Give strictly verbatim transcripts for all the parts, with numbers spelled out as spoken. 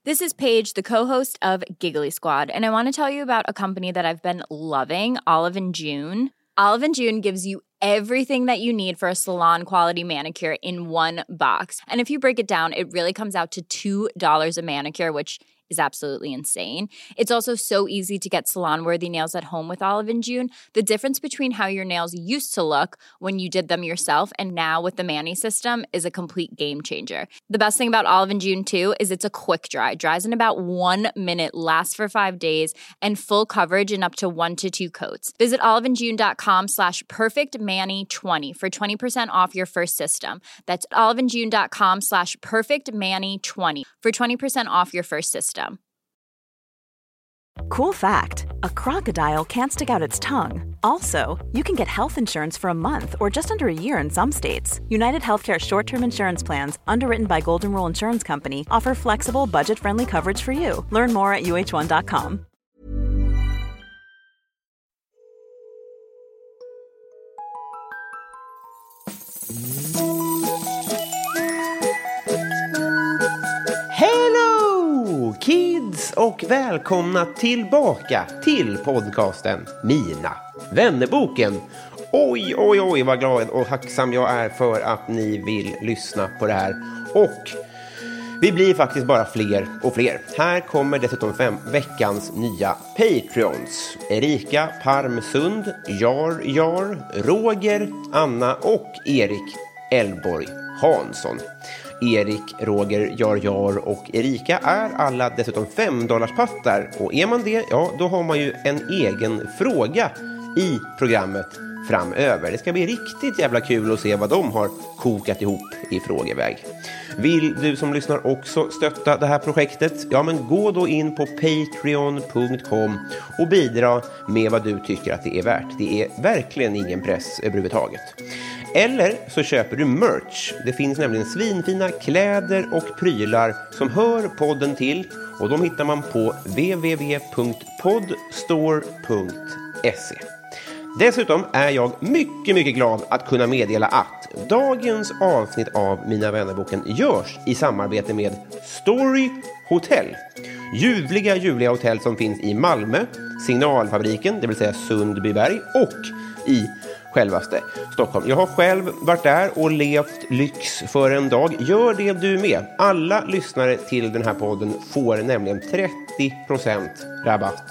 This is Paige, the co-host of Giggly Squad, and I want to tell you about a company that I've been loving, Olive and June. Olive and June gives you everything that you need for a salon-quality manicure in one box. And if you break it down, it really comes out to two dollars a manicure, which is absolutely insane. It's also so easy to get salon-worthy nails at home with Olive and June. The difference between how your nails used to look when you did them yourself and now with the Mani system is a complete game changer. The best thing about Olive and June, too, is it's a quick dry. Dries in about one minute, lasts for five days, and full coverage in up to one to two coats. Visit oliveandjune.com slash perfectmani20 for twenty percent off your first system. That's oliveandjune.com slash perfectmani20 for twenty percent off your first system. Cool fact, a crocodile can't stick out its tongue. Also, you can get health insurance for a month or just under a year in some states. United Healthcare short-term insurance plans, underwritten by Golden Rule Insurance Company, offer flexible, budget-friendly coverage for you. Learn more at u h one dot com. Kids och välkomna tillbaka till podcasten Mina vännerboken. Oj, oj, oj vad glad och tacksam jag är för att ni vill lyssna på det här. Och vi blir faktiskt bara fler och fler. Här kommer dessutom fem veckans nya Patreons. Erika Parmsund, Jar Jar, Roger, Anna och Erik Elborg Hansson. Erik, Roger, Jar Jar och Erika är alla dessutom fem dollars pattar. Och är man det, ja då har man ju en egen fråga i programmet framöver. Det ska bli riktigt jävla kul att se vad de har kokat ihop i frågeväg. Vill du som lyssnar också stötta det här projektet? Ja men gå då in på patreon punkt com och bidra med vad du tycker att det är värt. Det är verkligen ingen press överhuvudtaget. Eller så köper du merch. Det finns nämligen svinfina kläder och prylar som hör podden till. Och de hittar man på w w w punkt podstore punkt se. Dessutom är jag mycket, mycket glad att kunna meddela att dagens avsnitt av Mina vännerboken görs i samarbete med Story Hotel. Ljuvliga, ljuvliga hotell som finns i Malmö, Signalfabriken, det vill säga Sundbyberg, och i självaste Stockholm. Jag har själv varit där och levt lyx för en dag. Gör det du med. Alla lyssnare till den här podden får nämligen trettio procent rabatt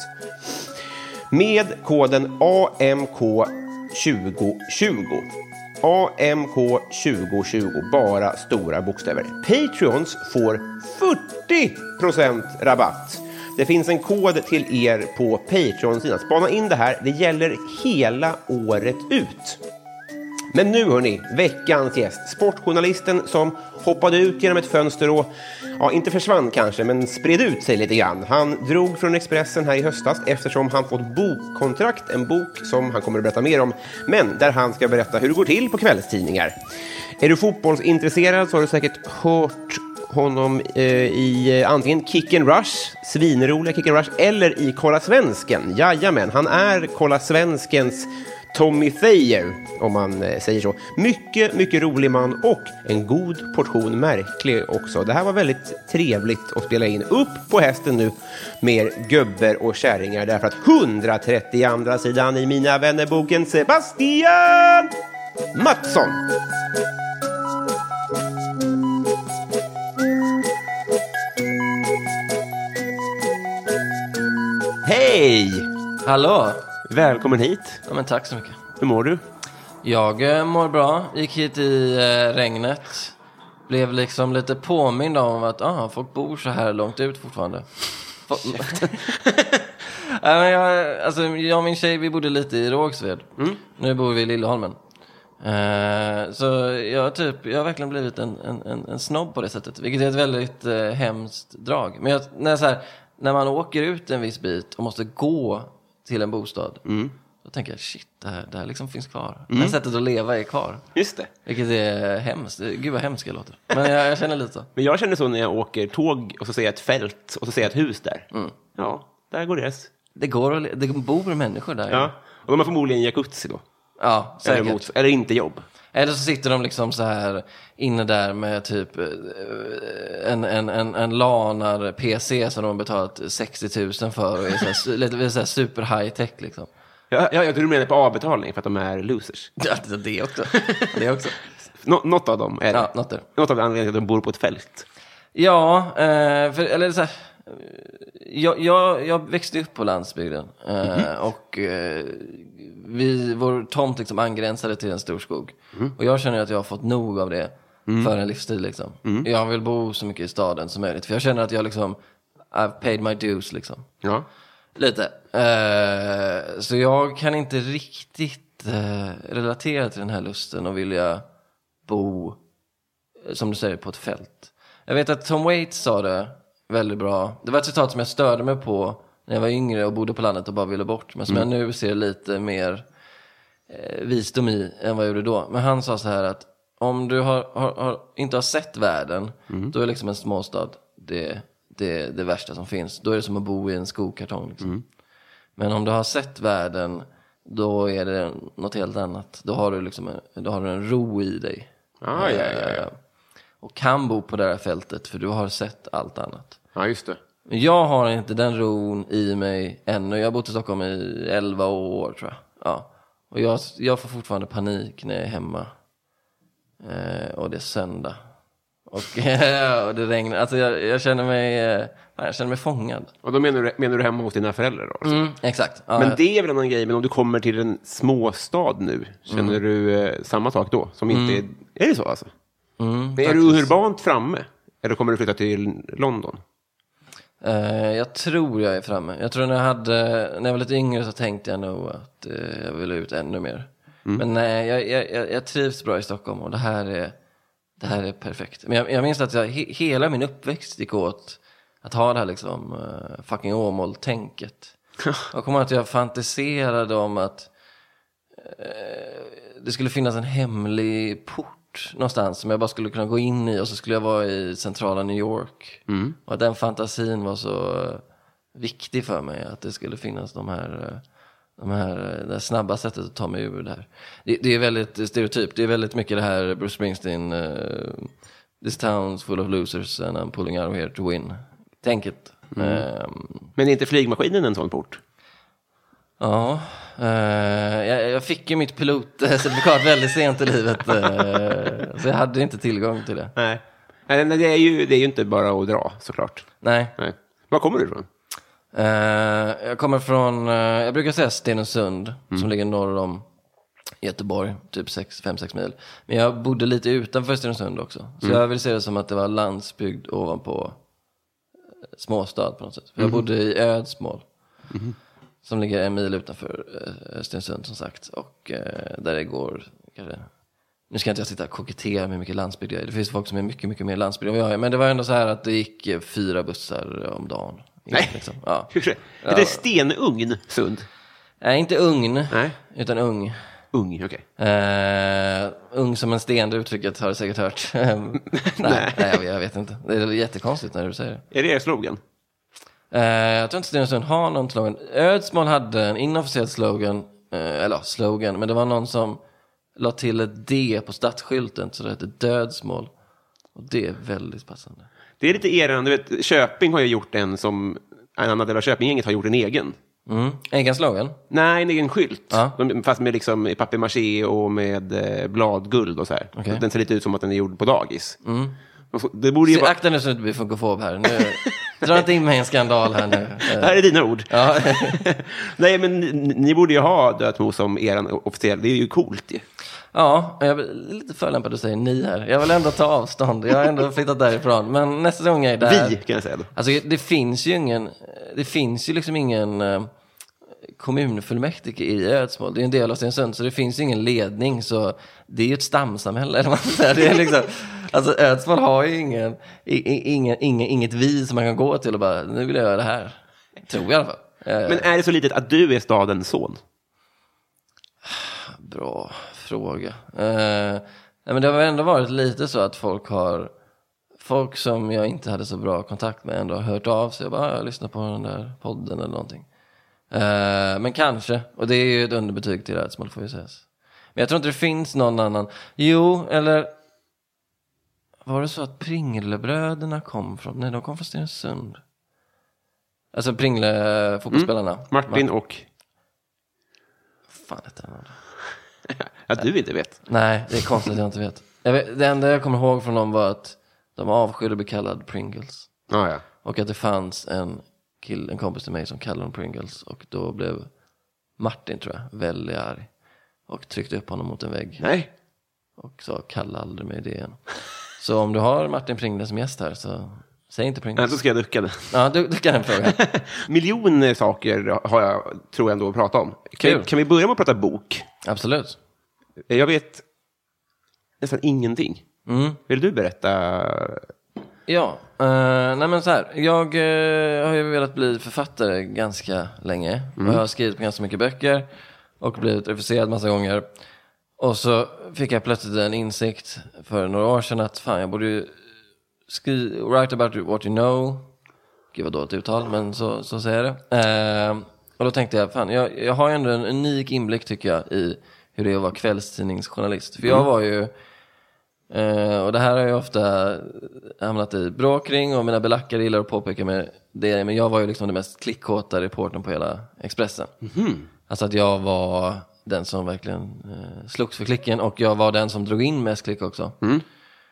med koden A M K tjugo tjugo. A M K tjugo tjugo, bara stora bokstäver. Patreons får fyrtio procent rabatt. Det finns en kod till er på Patreon-sidan. Spana in det här. Det gäller hela året ut. Men nu hörni, veckans gäst. Sportjournalisten som hoppade ut genom ett fönster och, ja, inte försvann kanske, men spred ut sig lite grann. Han drog från Expressen här i höstas eftersom han fått bokkontrakt. En bok som han kommer att berätta mer om. Men där han ska berätta hur det går till på kvällstidningar. Är du fotbollsintresserad så har du säkert hört honom eh, i eh, antingen Kick and Rush, svinroliga Kick and Rush, eller i Kolla Svensken. Jajamän, han är Kolla Svenskens Tommy Thayer, om man eh, säger så. Mycket, mycket rolig man och en god portion märklig också. Det här var väldigt trevligt att spela in. Upp på hästen nu, mer göbber och kärringar, därför att hundratrettio andra sidan i Mina vännerboken Sebastian Mattsson. Hej! Hallå! Välkommen hit. Ja, men tack så mycket. Hur mår du? Jag eh, mår bra. Gick hit i eh, regnet. Blev liksom lite påmind om att ah, folk bor så här långt ut fortfarande. ja, men jag, alltså, jag och min tjej, vi bodde lite i Rågsved. Mm. Nu bor vi i Lilleholmen. Uh, så jag, typ, jag har verkligen blivit en, en, en, en snobb på det sättet. Vilket är ett väldigt uh, hemskt drag. Men jag, när, så här, när man åker ut en viss bit och måste gå till en bostad, mm. då tänker jag, shit, det här, det här liksom finns kvar. Mm. Det här sättet att leva är kvar. Just det. Vilket är hemskt. Gud vad hemskt jag låter. Men jag, jag känner lite så. Men jag känner så när jag åker tåg och så ser jag ett fält och så ser jag ett hus där. Mm. Ja, där går det. Det går, det bor människor där. Ja, och de har förmodligen jacuzzi då. Ja, säkert. Eller, mot, eller inte jobb. Eller så sitter de liksom så här inne där med typ en, en, en, en lanar P C som de har betalat sextio tusen för och är så här, lite så här super high tech liksom. Ja, ja, jag tror du menar på avbetalning för att de är losers. Ja, det också. Det också. Nå, något av dem är det. Ja, något, något av det anledningen att de bor på ett fält. Ja, eh, för, eller så här, jag, jag, jag växte upp på landsbygden eh, mm-hmm. och eh, vi, vår tomt liksom angränsade till en stor skog. Mm. Och jag känner att jag har fått nog av det mm. för en livsstil liksom. Mm. Jag vill bo så mycket i staden som möjligt, för jag känner att jag liksom I've paid my dues liksom. Ja. Lite. Eh, så jag kan inte riktigt eh, relatera till den här lusten och vilja bo, som du säger, på ett fält. Jag vet att Tom Waits sa det väldigt bra. Det var ett citat som jag störde mig på när jag var yngre och bodde på landet och bara ville bort. Men som mm. jag nu ser lite mer eh, visdom i än vad jag gjorde då. Men han sa så här att om du har, har, har, inte har sett världen, mm. då är liksom en småstad det, det, det värsta som finns. Då är det som att bo i en skokartong. Liksom. Mm. Men om du har sett världen, då är det något helt annat. Då har du, liksom en, då har du en ro i dig. Ah, ja, ja, ja. Och kan bo på det här fältet, för du har sett allt annat. Ja, just det. Men jag har inte den ron i mig ännu. Jag har bott i Stockholm i elva år, tror jag. Ja. Och jag, jag får fortfarande panik när jag är hemma. Eh, och det är söndag. Och, och det regnar. Alltså jag, jag känner mig eh, jag känner mig fångad. Och då menar du, menar du hemma hos dina föräldrar då? Alltså? Mm, exakt. Ja, men det är väl en annan grej. Men om du kommer till en småstad nu, känner mm. du eh, samma sak då? Som inte mm. är, är det så alltså? Mm, men är du urbant framme? Eller kommer du flytta till London? Uh, jag tror jag är framme. Jag tror när jag, hade, när jag var lite yngre så tänkte jag nog att uh, jag ville ut ännu mer. Mm. Men nej, jag, jag, jag trivs bra i Stockholm och det här är, det här är perfekt. Men jag, jag minns att jag, he, hela min uppväxt gick åt att ha det här liksom uh, fucking Åmål-tänket. Jag kommer att jag fantiserade om att uh, det skulle finnas en hemlig port någonstans som jag bara skulle kunna gå in i, och så skulle jag vara i centrala New York. Mm. Och att den fantasin var så uh, viktig för mig, att det skulle finnas de här, uh, de här det snabba sättet att ta mig ur det här. Det, det är väldigt stereotypt. Det är väldigt mycket det här Bruce Springsteen uh, this town's full of losers and I'm pulling out here to win. Tänket. Mm. Um, Men är inte flygmaskinen en sån port? Ja, uh, jag, jag fick ju mitt pilotcertifikat väldigt sent i livet, uh, så jag hade inte tillgång till det. Nej, Nej det, är ju, det är ju inte bara att dra, såklart. Nej. Nej. Var kommer du ifrån? Uh, jag kommer från, uh, jag brukar säga Stenungsund, mm. som ligger norr om Göteborg, typ fem sex mil. Men jag bodde lite utanför Stenungsund också. Så mm. jag vill se det som att det var landsbygd ovanpå småstad på något sätt. För jag bodde i Ödsmål. Mm. Som ligger en mil utanför uh, Stensund, som sagt. Och uh, där det går kanske... Nu ska inte jag sitta och kokettera med mycket landsbygd. Det finns folk som är mycket, mycket mer landsbygd än vad jag är. Men det var ändå så här att det gick fyra bussar om dagen. Nej, liksom. Ja. Är ja. det Stenugn, Sund? Nej, inte ugn, Nej. utan ung. Ung, okej. Okay. Uh, ung som en sten, det uttrycket har du säkert hört. nej, nej. nej, jag vet inte. Det är jättekonstigt när du säger det. Är det er slogan? Uh, jag tror inte Stenungsund har någon slogan. Ödsmål hade en inofficiell slogan, uh, eller ja, slogan, men det var någon som la till ett D på stadsskylten, så det hette Dödsmål. Och det är väldigt passande. Det är lite eran, du vet, Köping har ju gjort en som en annan del av Köping inget har gjort en egen. Mm. Egen slogan? Nej, en egen skylt. Ja. De, fast med liksom papier-maché och med eh, bladguld och så här. Okay. Den ser lite ut som att den är gjord på dagis. Mm. Det borde ju så, vara... Akta nu så att du blir funkofob här. Nu, dra inte in mig i en skandal här nu. Det här är dina ord. Ja. Nej, men ni, ni borde ju ha Dödsmo som er officiell. Det är ju coolt ju. Ja, jag är lite förlämpad att säga ni här. Jag vill ändå ta avstånd. Jag har ändå flyttat därifrån. Men nästa gång jag är där... Vi, kan jag säga då. Alltså, det finns ju ingen... Det finns ju liksom ingen... Uh, kommunfullmäktige i Ödsmål. Det är en del av Stensund, så det finns ju ingen ledning, så det är ju ett stamsamhälle, eller vad man säger. Det är liksom, alltså Ödsmål har ju ingen, ingen, ingen, inget vi som man kan gå till och bara, nu vill jag göra det här. Tror jag i alla fall. Men är det så litet att du är stadens son? Bra fråga. Uh, men det har ändå varit lite så att folk har folk som jag inte hade så bra kontakt med ändå har hört av sig och bara, jag lyssnar på den där podden eller någonting. Uh, men kanske, och det är ju ett underbetyg till Ödsmål, får vi säga. Men jag tror inte det finns någon annan. Jo, eller var det så att Pringlebröderna kom från... Nej, de kom från Stenungsund. Alltså Pringle fotbollsspelarna. Mm. Martin Mart- och... Fan heter den? Ja, du inte vet. Nej, det är konstigt att jag inte vet. Jag vet. Det enda jag kommer ihåg från dem var att de avskydde att bli kallad Pringles. Ah, ja. Och att det fanns en kill, en kompis till mig som kallade dem Pringles. Och då blev Martin, tror jag, väldigt arg. Och tryckte upp honom mot en vägg. Nej. Och sa, kalla aldrig mig det igen. Så om du har Martin Pringles som gäst här, så säg inte Pringles. Nej, så ska jag ducka det. Ja, du, du kan fråga. Miljoner saker har jag, tror jag ändå, att prata om. Kan, kan vi börja med att prata bok? Absolut. Jag vet nästan ingenting. Mm. Vill du berätta? Ja, uh, nej men så här. Jag uh, har ju velat bli författare ganska länge. Mm. Och jag har skrivit på ganska mycket böcker. Och blivit refuserad massa gånger. Och så fick jag plötsligt en insikt för några år sedan att fan, jag borde ju skri- write about what you know. Gud vad dåligt uttal, men så, så säger jag det. Uh, och då tänkte jag, fan, jag, jag har ju ändå en unik inblick tycker jag i hur det är att vara kvällstidningsjournalist. För jag var ju, uh, och det här har jag ofta hamnat i bråk kring, och mina belackare gillar att påpeka med det, men jag var ju liksom den mest klickhåta reportern på hela Expressen. Mm. Alltså att jag var den som verkligen uh, slogs för klicken, och jag var den som drog in mest klick också. Mm.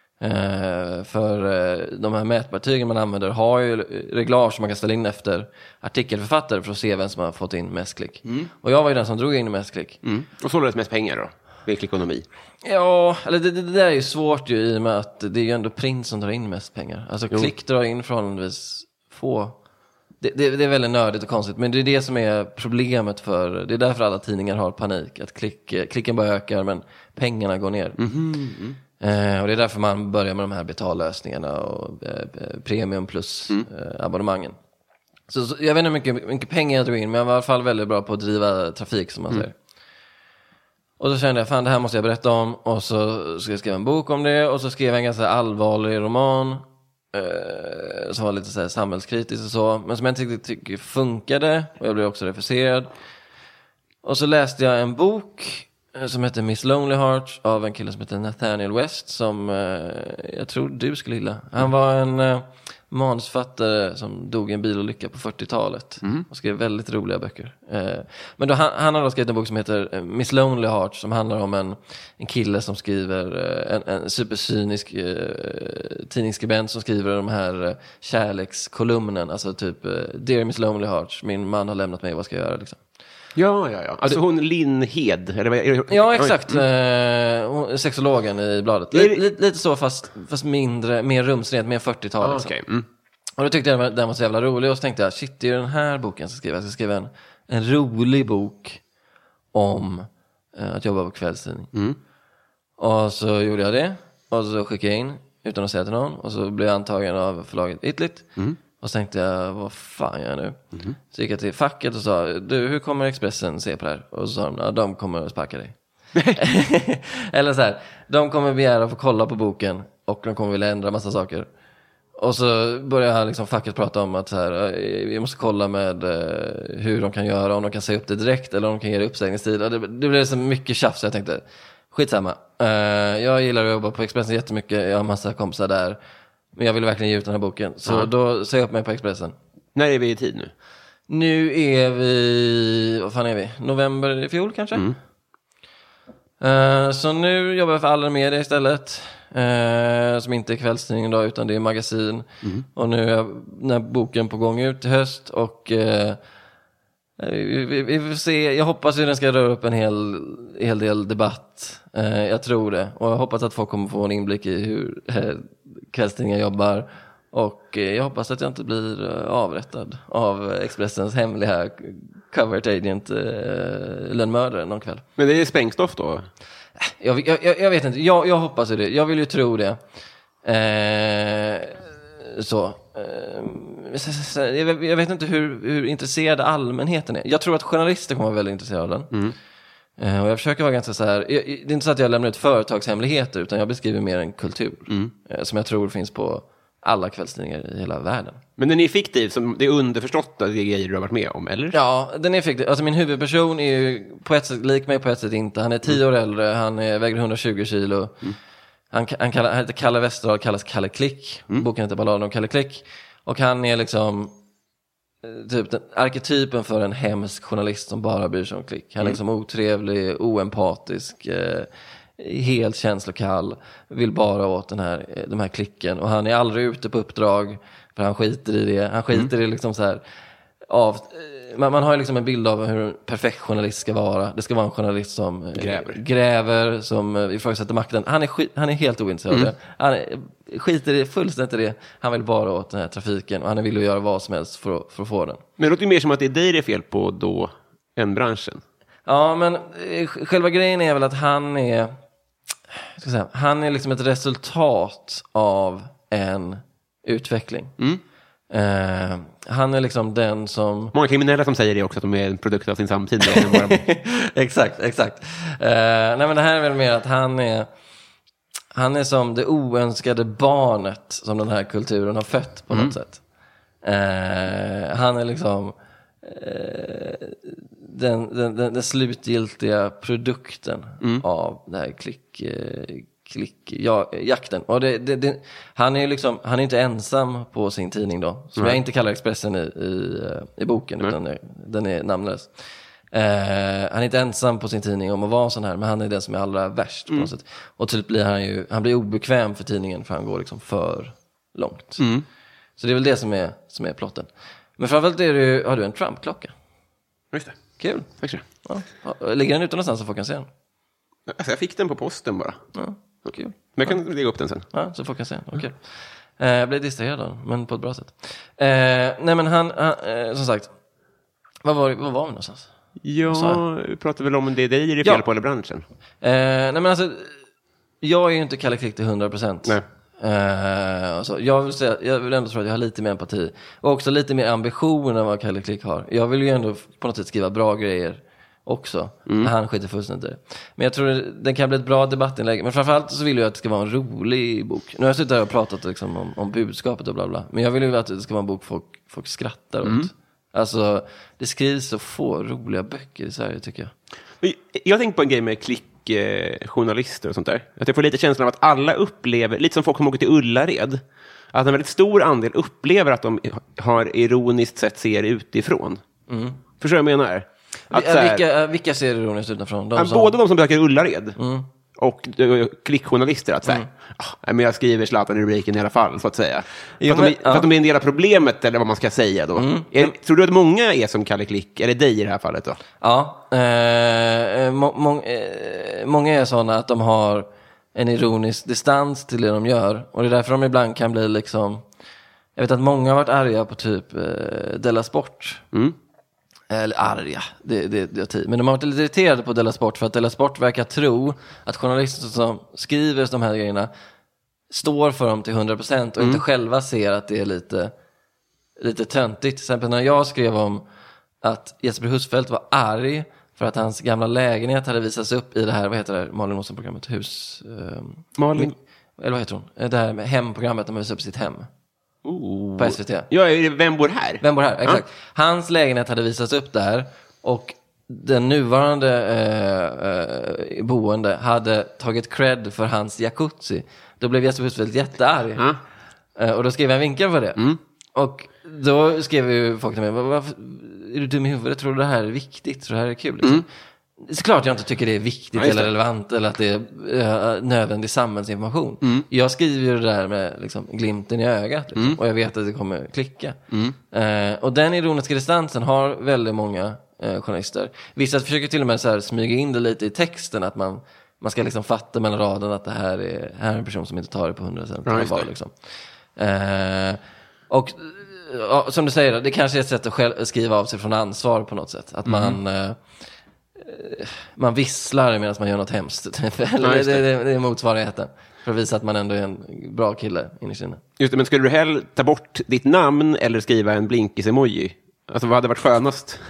Uh, för uh, de här mätbetygen man använder har ju reglage som man kan ställa in efter artikelförfattare för att se vem som har fått in mest klick. Mm. Och jag var ju den som drog in mest klick. Mm. Och så är det mest pengar då? Det är klickonomi. Ja, eller det, det, det där är ju svårt ju, i och med att det är ju ändå print som drar in mest pengar. Alltså jo. Klick drar in förhållandevis få. Det, det, det är väldigt nördigt och konstigt, men det är det som är problemet för, det är därför alla tidningar har panik. Att klick, klicken bara ökar men pengarna går ner. Mm-hmm. Mm. Eh, och det är därför man börjar med de här betallösningarna och eh, premium plus mm. eh, abonnemangen. Så, så jag vet inte hur mycket, mycket pengar jag drog in, men jag var i alla fall väldigt bra på att driva trafik som man mm. säger. Och så kände jag, fan det här måste jag berätta om. Och så ska jag skriva en bok om det. Och så skrev jag en ganska allvarlig roman eh, som var lite så här samhällskritisk och så, men som jag inte tycker funkade. Och jag blev också refuserad. Och så läste jag en bok som heter Miss Lonely Heart av en kille som heter Nathaniel West, som eh, jag tror du skulle gilla. Han var en eh, manusfattare som dog i en bilolycka på fyrtiotalet mm. och skrev väldigt roliga böcker. Eh, men då, han, han har då skrivit en bok som heter Miss Lonely Heart, som handlar om en, en kille som skriver, eh, en, en supercynisk eh, tidningsskribent som skriver de här eh, kärlekskolumnen, alltså typ eh, Dear Miss Lonely Heart, min man har lämnat mig, vad ska jag göra liksom. Ja, ja, ja. Alltså hon Linn Hed. Eller vad är det? Ja, exakt. Mm. Eh, sexologen i bladet. Lite, lite, lite så, fast, fast mindre, mer rumsrent, mer fyrtiotal. Ah, liksom. okay. mm. Och då tyckte jag att den var så jävla rolig. Och så tänkte jag, shit, det är den här boken jag ska skriva. Jag ska skriva en, en rolig bok om eh, att jobba på kvällstidning. Mm. Och så gjorde jag det. Och så skickade jag in, utan att säga till någon. Och så blev jag antagen av förlaget Itlit. Mm. Och så tänkte jag, vad fan gör jag nu? Mm. Så gick jag till facket och sa, du, hur kommer Expressen se på det här? Och så sa de, ja, de kommer att sparka dig. Eller så här, de kommer begära att få kolla på boken och de kommer vilja ändra massa saker. Och så började liksom facket prata om att så här, vi måste kolla med uh, hur de kan göra, om de kan säga upp det direkt eller om de kan ge det uppsägningstid. Och det, det blev så mycket tjafs, så jag tänkte, skitsamma. Uh, jag gillar att jobba på Expressen jättemycket, jag har massa kompisar där. Men jag vill verkligen ge ut den här boken. Så mm. då säger jag upp mig på Expressen. När är vi i tid nu? Nu är vi, vad fan är vi? November i fjol kanske? Mm. Uh, så nu jobbar jag för Alla Media istället. Uh, som inte är kvällstidning då, utan det är magasin. Mm. Och nu är den här boken på gång ut i höst. Och uh, vi, vi, vi får se. Jag hoppas att den ska röra upp en hel, hel del debatt. Uh, jag tror det. Och jag hoppas att folk kommer få en inblick i hur uh, kvällstidningar jobbar. Och uh, jag hoppas att jag inte blir uh, avrättad av Expressens hemliga covert agent uh, lönnmördare någon kväll. Men det är sprängstoff då? Jag, jag, jag vet inte. Jag, jag hoppas det. Jag vill ju tro det. Uh, så. Uh, jag, jag vet inte hur, hur intresserad allmänheten är. Jag tror att journalister kommer vara väldigt intresserade av den. Mm. Uh, och jag försöker vara ganska så här. Jag, det är inte så att jag lämnar ut företagshemligheter, utan jag beskriver mer en kultur. Mm. Uh, som jag tror finns på alla kvällstidningar i hela världen. Men den är fiktiv, som det är underförstått att det är grejer du har varit med om, eller? Ja, den är fiktiv. Alltså min huvudperson är ju på ett sätt lik mig, på ett sätt inte. Han är tio mm. år äldre, han är, väger hundratjugo kilo. Mm. Han, han, kallar, han heter Kalle Westerdahl, kallas Kalle Klick. Mm. Boken heter Balladen om Kalle Klick. Och han är liksom typ den arketypen för en hemsk journalist som bara bryr sig om klick. Han är mm. liksom otrevlig, oempatisk, eh, helt känslokall, vill bara åt den här, de här klicken. Och han är aldrig ute på uppdrag, för han skiter i det. Han skiter mm. i liksom så här av, man, man har ju liksom en bild av hur en perfekt journalist ska vara. Det ska vara en journalist som gräver, gräver som ifrågasätter makten. Han är, skit, han är helt ointresserad av mm. det. Han är, skiter i fullständigt i det. Han vill bara åt den här trafiken, och han vill göra vad som helst för att, för att få den. Men det låter ju mer som att det är dig det är fel på då än branschen. Ja, men själva grejen är väl att han är, ska säga, han är liksom ett resultat av en utveckling. Mm. Uh, han är liksom den som... Många kriminella som säger det också, att de är en produkt av sin samtid. Exakt, exakt. Uh, nej, men det här är väl mer att han är han är som det oönskade barnet som den här kulturen har fött på mm. något sätt. Uh, han är liksom uh, den, den, den, den slutgiltiga produkten mm. av det här klick... Uh, klick, ja, jakten. Och det, det, det, han är liksom, han är inte ensam på sin tidning då, som mm. jag inte kallar Expressen i, i, i boken, mm. utan det, den är namnlös. Eh, han är inte ensam på sin tidning om att vara sån här, men han är den som är allra värst mm. på något sätt. Och typ blir han ju, han blir obekväm för tidningen, för han går liksom för långt. Mm. Så det är väl det som är, som är plotten. Men framförallt är det, har du en Trump-klocka. Just det. Kul. Tack så mycket. Ja. Ligger den ute någonstans så folk kan se den? Alltså jag fick den på posten bara. Ja. Okay. Men jag kan ja. lägga upp den sen. Ja, så folk kan se. Okej. Okay. Eh, jag blev distraherad då, men på ett bra sätt. Eh, nej, men han, han eh, som sagt, vad var, vad var vi någonstans? Ja, vi pratade väl om det är dig det är fel ja. på eller branschen. Eh, nej, men alltså, jag är ju inte Kalle Klick till hundra procent. Nej. Eh, alltså, jag, vill säga, jag vill ändå tro att jag har lite mer empati. Och också lite mer ambition än vad Kalle Klick har. Jag vill ju ändå på något sätt skriva bra grejer också. Mm. Han skiter fullständigt i det. Men jag tror det, den kan bli ett bra debattinlägg. Men framförallt så vill jag att det ska vara en rolig bok. Nu har jag suttit här och pratat liksom om, om budskapet och bla bla. Men jag vill ju att det ska vara en bok folk, folk skrattar åt. Mm. Alltså, det skrivs så få roliga böcker i Sverige, tycker jag. Jag tänker på en grej med klickjournalister och sånt där. Att jag får lite känslan av att alla upplever, lite som folk som åker till Ullared, att en väldigt stor andel upplever att de har ironiskt sett ser utifrån. Mm. Förstår du vad jag menar? Att, här, vilka, vilka ser ironiskt utifrån? De som... Både de som besöker Ullared mm. och uh, klickjournalister. Att säga, mm. ah, men jag skriver Zlatan i rubriken i alla fall, så att säga. Jo, för, att men, de, ja. för att de är en del av problemet, eller vad man ska säga då. Mm. Är, tror du att många är som Kalle Klick? Är det dig i det här fallet då? Ja, eh, må, må, eh, många är sådana att de har en ironisk distans till det de gör. Och det är därför de ibland kan bli liksom... Jag vet att många har varit arga på typ eh, Della Sport. Mm. Eller arga, det, det, det är tid. Men de har varit lite irriterade på Della Sport, för att Della Sport verkar tro att journalister som skriver de här grejerna står för dem till hundra procent och mm. inte själva ser att det är lite, lite töntigt. Till exempel när jag skrev om att Jesper Husfeldt var arg för att hans gamla lägenhet hade visats upp i det här, vad heter det, Malin Olsson-programmet, hus... Eh, Malin? Eller vad heter hon? Det här med hemprogrammet, de visar upp sitt hem. Oh. På S V T. Ja, Vem bor här? Vem bor här, exakt. Ah. Hans lägenhet hade visats upp där, och den nuvarande eh, eh, boende hade tagit cred för hans jacuzzi. Då blev Jesper Husfeldt jättearg. Ah. Eh, och då skrev jag en vinkel för det. Mm. Och då skrev ju folk till mig, varför, är du dum i huvudet? Tror du det här är viktigt? Tror du det här är kul? Liksom? Mm. Såklart jag inte tycker det är viktigt ja, eller relevant eller att det är uh, nödvändig samhällsinformation. Mm. Jag skriver ju det där med liksom, glimten i ögat liksom, mm. och jag vet att det kommer klicka. Mm. Uh, och den ironiska distansen har väldigt många uh, journalister. Vissa försöker till och med så här, smyga in det lite i texten, att man, man ska liksom fatta mellan raden att det här är, här är en person som inte tar det på hundra procent. Ja, liksom. uh, och uh, som du säger, det kanske är ett sätt att själv skriva av sig från ansvar på något sätt. Att man... Uh, man visslar medan man gör något hemskt. Eller ja, det. Det, det, det är motsvarigheten. För att visa att man ändå är en bra kille in i sinne. Just det, men skulle du hellre ta bort ditt namn eller skriva en blinkis-emoji? Alltså vad hade varit skönast?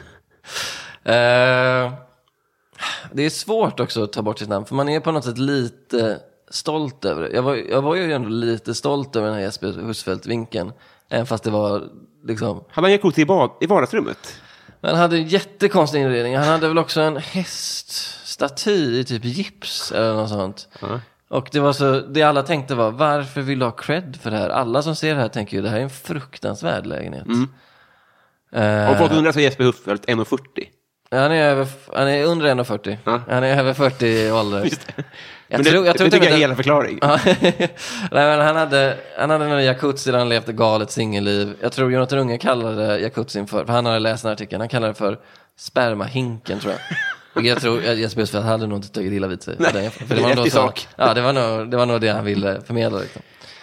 Uh, det är svårt också att ta bort sitt namn. För man är på något sätt lite stolt över det. Jag var, jag var ju ändå lite stolt över den här Jesper Husfeldt-vinkeln. Även fast det var liksom... Hade han jacuzzi i, bad, i vardagsrummet? Men han hade en jättekonstig inredning. Han hade väl också en häststaty i typ gips eller något sånt. Mm. Och det var så, det alla tänkte var, varför vill du ha cred för det här? Alla som ser det här tänker ju, det här är en fruktansvärd lägenhet. Mm. Uh, och folk undrar så Jesper Husfeldt en komma fyrtio. Han är, över, han är under en komma fyrtio. Uh. Han är över fyrtio i ålder. Just det. Jag men tror, det, jag tror det tycker jag är det, hela förklaring. Nej, men han hade, han hade en jacuzzi där han levde galet singelliv. Jag tror Jonathan Unge kallade jacuzzin för, för han hade läst den här artikeln, han kallade det för spermahinken, tror jag. Och jag tror att Jesper Husfeldt hade nog inte tagit illa vid sig. Nej, för det, för det var nog så, ja, det var nog det var nog det han ville förmedla liksom.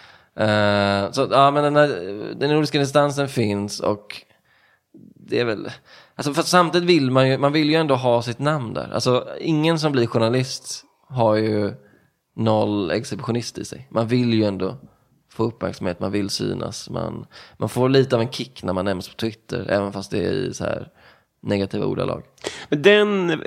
Uh, så ja, men den, här, den nordiska distansen finns och det är väl, alltså för samtidigt vill man ju, man vill ju ändå ha sitt namn där. Alltså ingen som blir journalist har ju noll exhibitionist i sig. Man vill ju ändå få uppmärksamhet, man vill synas, man, man får lite av en kick när man nämns på Twitter, även fast det är i så här negativa ordalag. Men den,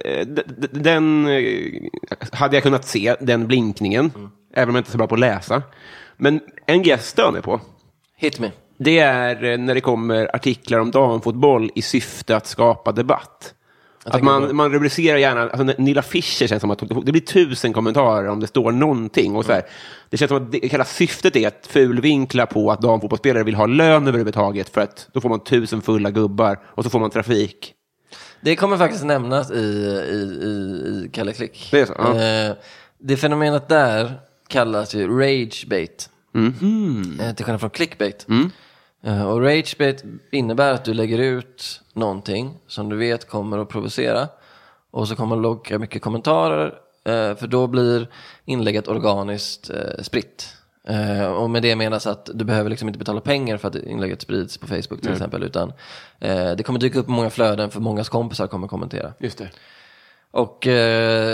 den hade jag kunnat se, den blinkningen, mm. även om jag inte är så bra på att läsa. Men en grej jag stör mig på. Hit me. Det är när det kommer artiklar om damfotboll i syfte att skapa debatt. Att man, man rubricerar gärna, alltså Nilla Fischer känns som att det blir tusen kommentarer om det står någonting. Och så här. Det känns som att det, hela syftet är att fulvinkla på att damfotbollsspelare vill ha lön överhuvudtaget, för att då får man tusen fulla gubbar och så får man trafik. Det kommer faktiskt nämnas i, i, i, i Kalle Klick. Det är så, ja. eh, det fenomenet där kallas ju ragebait. Mm. Eh, till skillnad från clickbait. Mm. Uh, och ragebait innebär att du lägger ut någonting som du vet kommer att provocera, och så kommer att logga mycket kommentarer, uh, för då blir inlägget organiskt uh, spritt. Uh, och med det menas att du behöver liksom inte betala pengar för att inlägget sprids på Facebook till mm. exempel, utan uh, det kommer dyka upp många flöden, för mångas kompisar kommer kommentera. Just det. Och uh,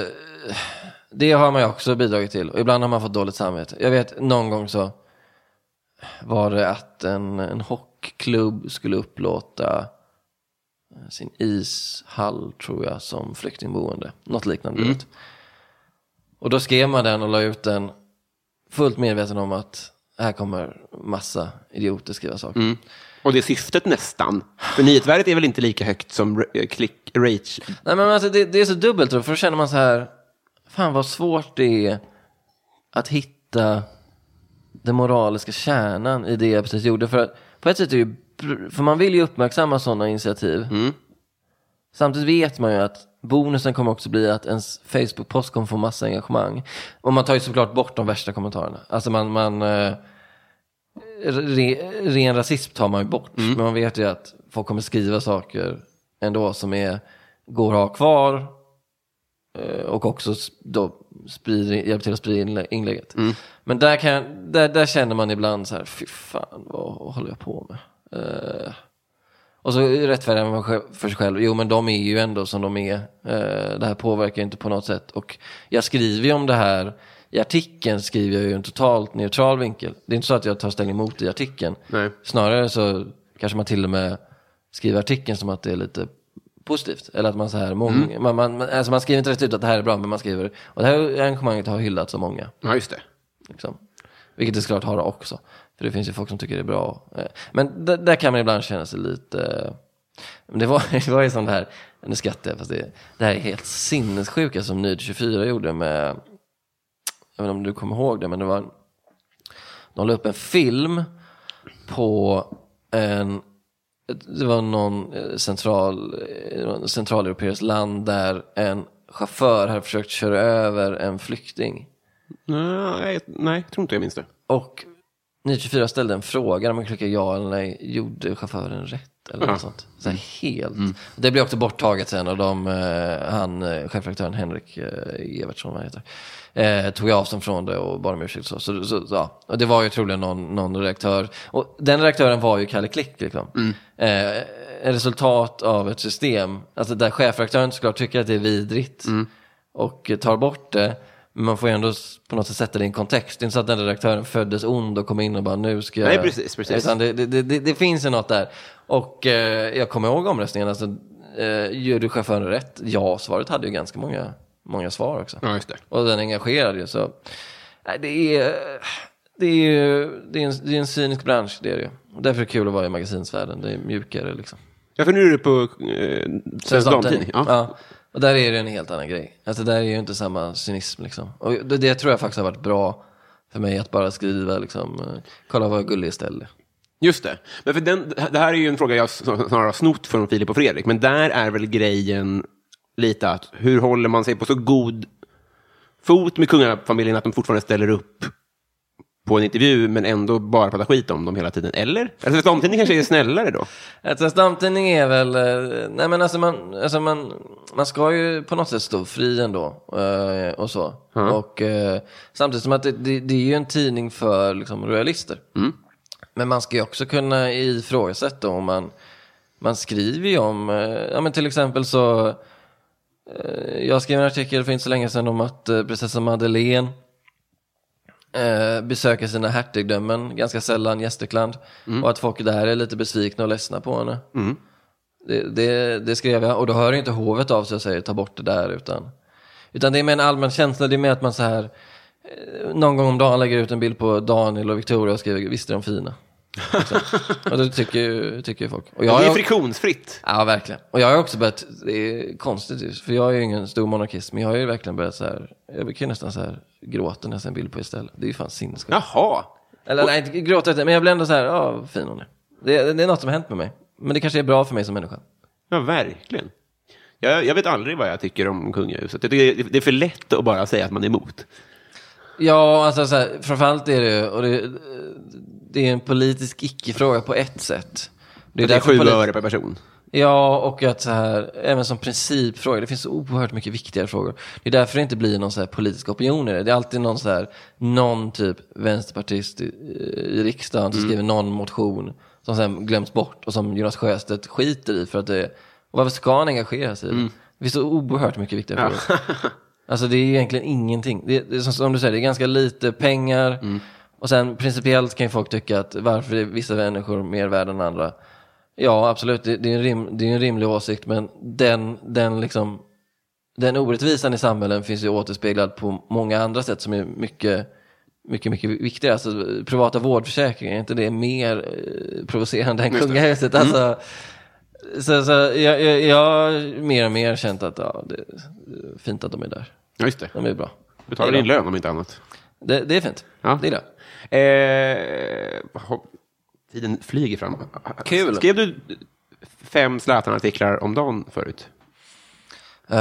det har man ju också bidragit till, och ibland har man fått dåligt samvete. Jag vet, någon gång så var det att en, en hockeyklubb skulle upplåta sin ishall, tror jag, som flyktingboende. Något liknande. Mm. Och då skrev man den och la ut den fullt medveten om att här kommer massa idioter skriva saker. Mm. Och det är syftet nästan. För nyhetsvärdet är väl inte lika högt som click rage. Nej, men alltså det, det är så dubbelt, tror jag. För då känner man så här, fan vad svårt det är att hitta den moraliska kärnan i det jag precis gjorde. För att, på ett sätt är det, för man vill ju uppmärksamma sådana initiativ. Mm. Samtidigt vet man ju att bonusen kommer också bli att ens Facebook-post kommer få massa engagemang. Och man tar ju såklart bort de värsta kommentarerna. Alltså man, man eh, re, ren rasism tar man ju bort. Mm. Men man vet ju att folk kommer skriva saker ändå som är, går att ha kvar. Och också då sprider, hjälper till att sprida inlägget. Mm. Men där, kan jag, där, där känner man ibland så här, fy fan, vad håller jag på med? Uh, och så rättfärdigar man för sig själv. Jo, men de är ju ändå som de är. Uh, det här påverkar inte på något sätt. Och jag skriver ju om det här. I artikeln skriver jag ju en totalt neutral vinkel. Det är inte så att jag tar ställning emot i artikeln. Nej. Snarare så kanske man till och med skriver artikeln som att det är lite positivt, eller att man så här många, mm. man, man, alltså man skriver inte rätt ut att det här är bra, men man skriver, och det här arrangemanget har hyllats av många. Ja, just det. Liksom. Vilket det såklart har också, för det finns ju folk som tycker det är bra. Men d- där kan man ibland känna sig lite, men det var, det var ju som det här, nu skrattar jag, fast det, det här är helt sinnessjuka som Nyd tjugofyra gjorde med, jag vet inte om du kommer ihåg det, men det var, de la upp en film på en, det var någon central centraleuropeiskt land där en chaufför hade försökt köra över en flykting. Nej, nej, jag tror inte jag minns det. Och nio tjugofyra ställde en fråga om man klickade ja eller nej, gjorde chauffören rätt eller något sånt. Så här, helt. Mm. Det blev också borttaget sen, och de, han, chefredaktören Henrik Evertsson, vad heter Eh, tog jag avstånd från det och bara om ursäkt. Så, så, så, ja. Och det var ju troligen någon, någon redaktör. Och den redaktören var ju Kalle Klick liksom. Mm. Eh, en resultat av ett system, alltså där chefredaktören såklart tycker att det är vidrigt mm. och tar bort det. Men man får ju ändå på något sätt sätta det i en kontext. Det är inte så att den redaktören föddes ond och kom in och bara nu ska jag... Nej, precis, precis. Utan det, det, det, det finns ju något där. Och eh, jag kommer ihåg omröstningen. Alltså, eh, gör du chauffören rätt? Ja, svaret hade ju ganska många... Många svar också. Ja, just det. Och den engagerade ju så. Nej, det är... Det är ju det är en, det är en cynisk bransch, det är det ju. Och därför är det kul att vara i magasinsvärlden. Det är mjukare liksom. Ja, för nu är du på eh, Svensk Damtidning. Ja. Ja, och där är det en helt annan grej. Alltså där är ju inte samma cynism liksom. Och det, det tror jag faktiskt har varit bra för mig att bara skriva liksom, eh, kolla vad jag gullig istället. Just det. Men för den, det här är ju en fråga jag snarare har snott från Filip och Fredrik. Men där är väl grejen lite att hur håller man sig på så god fot med kungafamiljen att de fortfarande ställer upp på en intervju men ändå bara pratar skit om dem hela tiden, eller? Alltså Damtidning kanske är snällare då? Alltså Damtidning är väl nej men alltså man alltså man man ska ju på något sätt stå fri ändå och så. Mm. Och samtidigt som att det, det, det är ju en tidning för liksom royalister. Mm. Men man ska ju också kunna ifrågasätta om man man skriver ju om ja men till exempel så jag skrev en artikel för inte så länge sedan om att prinsessa Madeleine Eh, besöker sina hertigdömen ganska sällan, Gästrikland, mm. och att folk där är lite besvikna och ledsna på henne. Mm. Det, det, det skrev jag, och då hör inte hovet av sig och säger ta bort det där, utan, utan det är med en allmän känsla, det är med att man så här eh, någon gång om dagen lägger ut en bild på Daniel och Victoria och skriver visst är de fina. Och det tycker, tycker folk. Och jag det är har, friktionsfritt. Ja, verkligen. Och jag har också börjat, det är konstigt för jag är ju ingen stor monarkist, men jag har ju verkligen börjat så här, jag kan nästan så här gråta när jag ser en bild på istället. Det är ju fan sinneskap. Jaha. Eller och... nej, inte gråta, men jag blir ändå så här, ja, fin hon är. Det, det är något som har hänt med mig. Men det kanske är bra för mig som människa. Ja, verkligen. Jag, jag vet aldrig vad jag tycker om kungahuset. Jag tycker det är för lätt att bara säga att man är emot. Ja, alltså så här, framförallt är det, och det, det är en politisk icke-fråga på ett sätt. Det är, det är sju polit- öre per person. Ja, och att så här, även som principfråga, det finns så oerhört mycket viktigare frågor. Det är därför det inte blir någon så här politisk opinion i det. Det är alltid någon så här, någon typ vänsterpartist i, i riksdagen som mm. skriver någon motion som sen glöms bort och som Jonas Sjöstedt skiter i för att det, och varför ska han engagera sig i? Mm. Det finns så oerhört mycket viktigare frågor. Ja. Alltså det är egentligen ingenting. Det är, det är som, som du säger, det är ganska lite pengar. Mm. Och sen principiellt kan ju folk tycka att varför är vissa människor mer värda än andra? Ja, absolut. Det, det, är en rim, det är en rimlig åsikt, men den, den, liksom, den orättvisan i samhällen finns ju återspeglad på många andra sätt som är mycket, mycket, mycket viktigare. Alltså privata vårdförsäkringar, är inte det mer eh, provocerande än kungahuset? Alltså, mm. Så, så jag, jag, jag har mer och mer känt att ja, det är fint att de är där. Ja, just det. De är bra. Du tar din lön om inte annat. Det, det är fint. Ja. Det är det. Eh, tiden flyger fram. Kul. Skrev du fem Zlatan-artiklar om dagen förut? Uh,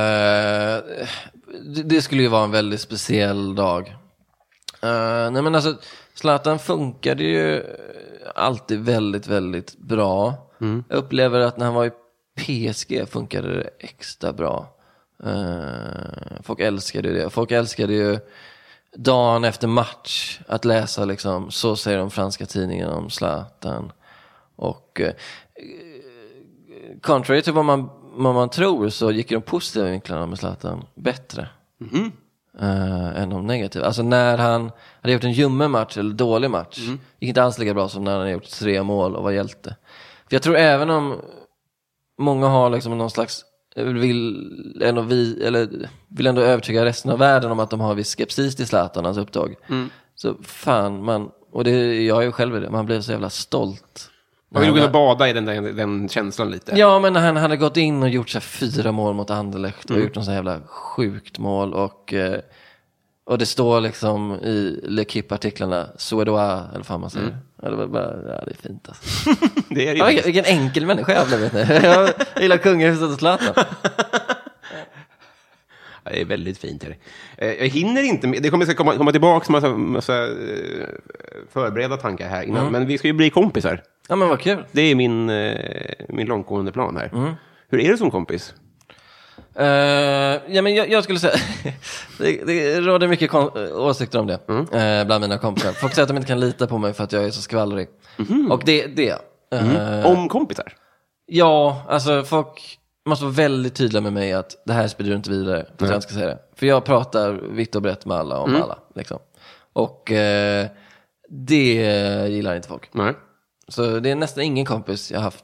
det, det skulle ju vara en väldigt speciell dag. Uh, nej men alltså, Zlatan funkade ju alltid väldigt, väldigt bra. Mm. Jag upplever att när han var i P S G funkade det extra bra. Uh, folk älskade det. Folk älskade ju dagen efter match att läsa liksom, så säger de franska tidningen om Zlatan. Och uh, contrary till vad man, vad man tror så gick de positiva vinklarna med Zlatan bättre. Mm. Uh, än de negativa. Alltså när han hade gjort en ljummen match eller dålig match mm. gick inte alls lika bra som när han hade gjort tre mål och var hjälte. För jag tror även om många har liksom någon slags vill ändå vi eller vill ändå övertyga resten av världen om att de har viss skepsis till Zlatan, hans upptag. Mm. Så fan man, och det jag är ju själv i det, man blev så jävla stolt. Man vill kunna bada i den, den, den känslan lite. Ja, men när han hade gått in och gjort så här fyra mål mot Anderlecht och mm. gjort en så här jävla sjukt mål och och det står liksom i L'Equipe-artiklarna Suédois, eller fan man säger. Mm. Ja, det var bara, ja, det är fint alltså. Det är det. Ja, vilken enkel människa jag blev, vet ni. Jag gillar kungahuset och Zlatan. Ja, det är väldigt fint här. Jag hinner inte med, det kommer att komma, komma tillbaka massa, massa förberedda tankar här innan, mm. men vi ska ju bli kompisar. Ja, men vad kul. Det är min, min långtgående plan här. Mm. Hur är det som kompis? Uh, ja, men jag, jag skulle säga det, det råder mycket kon- åsikter om det mm. uh, bland mina kompisar. Folk säger att de inte kan lita på mig för att jag är så skvallrig. Mm. Och det det uh, mm. Om kompisar? Ja, alltså folk måste vara väldigt tydliga med mig att det här sprider du inte vidare för mm. att jag ska säga det. För jag pratar vitt och brett med alla om mm. alla liksom. Och uh, det gillar inte folk. Nej. Så det är nästan ingen kompis jag haft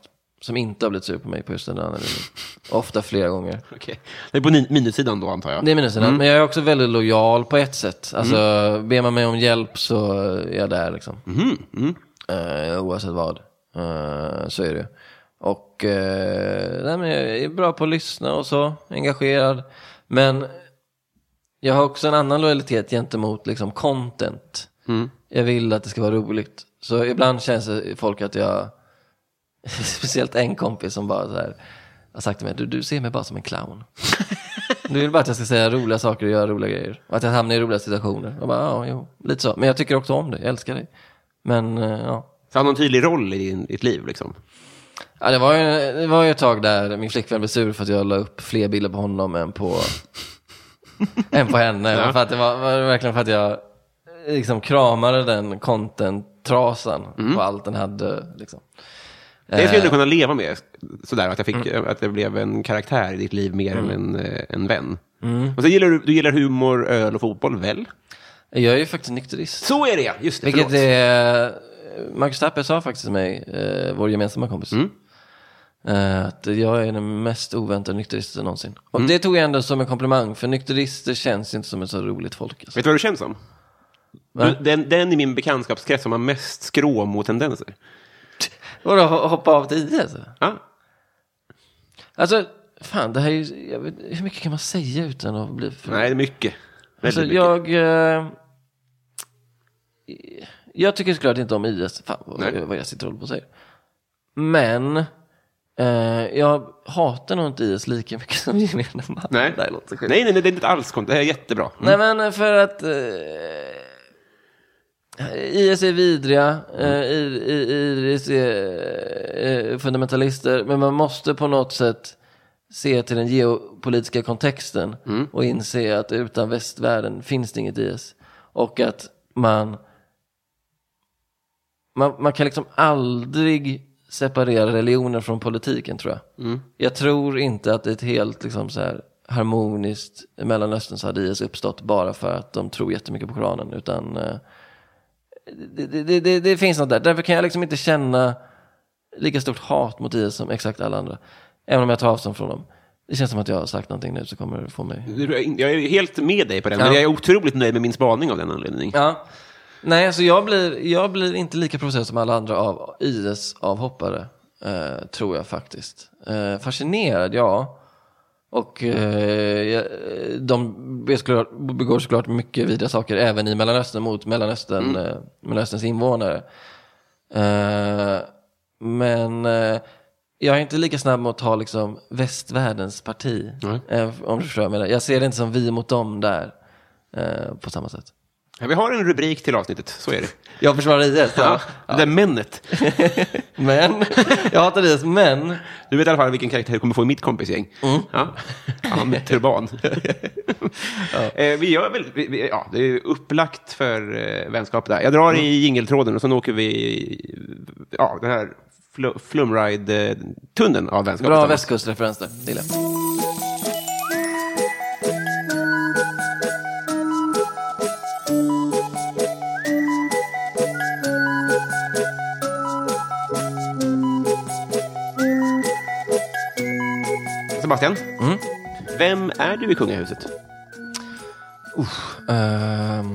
som inte har blivit sur på mig på just den andra linjen. Ofta flera gånger. Okay. Det är på ni- minussidan då, antar jag. Det är minussidan, mm. men jag är också väldigt lojal på ett sätt. Alltså, mm. ber man mig om hjälp så är jag där liksom. Mm. Mm. Uh, oavsett vad. Uh, så är det. Och uh, nej, men jag är bra på att lyssna och så. Engagerad. Men jag har också en annan lojalitet gentemot liksom content. Mm. Jag vill att det ska vara roligt. Så ibland känns det folk att jag... Speciellt en kompis som bara så här har sagt till mig, du, du ser mig bara som en clown. Du vill bara att jag ska säga roliga saker och göra roliga grejer. Och att jag hamnar i roliga situationer. Och bara, ja, jo, lite så. Men jag tycker också om det, jag älskar dig. Men, ja. Så har någon tydlig roll i din, ditt liv liksom? Ja, det var, ju, det var ju ett tag där min flickvän blev sur för att jag la upp fler bilder på honom än på än på henne. Ja. För att det var, var det verkligen för att jag liksom kramade den content-trasan mm. på allt den hade liksom. Det skulle du kunna leva med sådär, att jag fick mm. att det blev en karaktär i ditt liv mer mm. än en, en vän. Mm. Och så gillar du, du gillar humor, öl och fotboll, väl? Jag är ju faktiskt nykterist. Så är det, just det. Vilket förlåt. är Marcus Tapper sa faktiskt till mig, eh, vår gemensamma kompis. Mm. Eh, att jag är den mest oväntade nykteristen någonsin. Och mm. det tog jag ändå som en komplimang, för nykterister känns inte som ett så roligt folk. Alltså. Vet du vad du känns som? Du, den, den i min bekantskapskrets som har mest skråmotendenser. Och då hoppa av till I S? Ja. Alltså, fan, det här är ju... Jag vet, hur mycket kan man säga utan att bli... För... Nej, det är mycket. Alltså, mycket. jag... Eh, jag tycker såklart inte om I S. Fan, vad, vad jag sitter och håller på att säga. Men... Eh, jag hatar nog inte I S lika mycket som gemene man. Nej. Det låter så nej, nej, nej, det är inte alls konstigt. Det här är jättebra. Mm. Nej, men för att... Eh, I S är vidriga, mm. I S är fundamentalister, men man måste på något sätt se till den geopolitiska kontexten mm. och inse att utan västvärlden finns det inget I S. Och att man, man, man kan liksom aldrig separera religioner från politiken, tror jag. Mm. Jag tror inte att det är ett helt liksom så här harmoniskt i Mellanöstern så hade I S uppstått bara för att de tror jättemycket på Koranen, utan... Det, det, det, det finns något där. Därför kan jag liksom inte känna lika stort hat mot I S som exakt alla andra. Även om jag tar avstånd från dem. Det känns som att jag har sagt någonting nu så kommer det få mig... Jag är helt med dig på den. Ja. Men jag är otroligt nöjd med min spaning av den anledningen. Ja. Nej, alltså jag blir, jag blir inte lika provocerad som alla andra av I S-avhoppare. Eh, tror jag faktiskt. Eh, fascinerad, ja. Och eh, de begår såklart mycket vidriga saker även i Mellanöstern mot Mellanöstern, mm. eh, Mellanösterns invånare. Eh, men eh, jag är inte lika snabb med att ta liksom västvärldens parti. Mm. Eh, om du förstår mig. Jag ser det inte som vi mot dem där eh, på samma sätt. Ja, vi har en rubrik till avsnittet, så är det. Jag försvarar I S. Ja, ja. Det är männet. Men, jag hatar I S, men... Du vet i alla fall vilken karaktär du kommer få i mitt kompisgäng. Mm. Ja, ja, med turban. Ja. Eh, vi gör väl, vi, ja, det är upplagt för eh, vänskap där. Jag drar mm. i jingeltråden och så åker vi ja, den här fl- Flumride-tunneln av vänskap. Bra västkustreferens där, det gillar jag. Sebastian, mm. vem är du i kungahuset? Uh, um...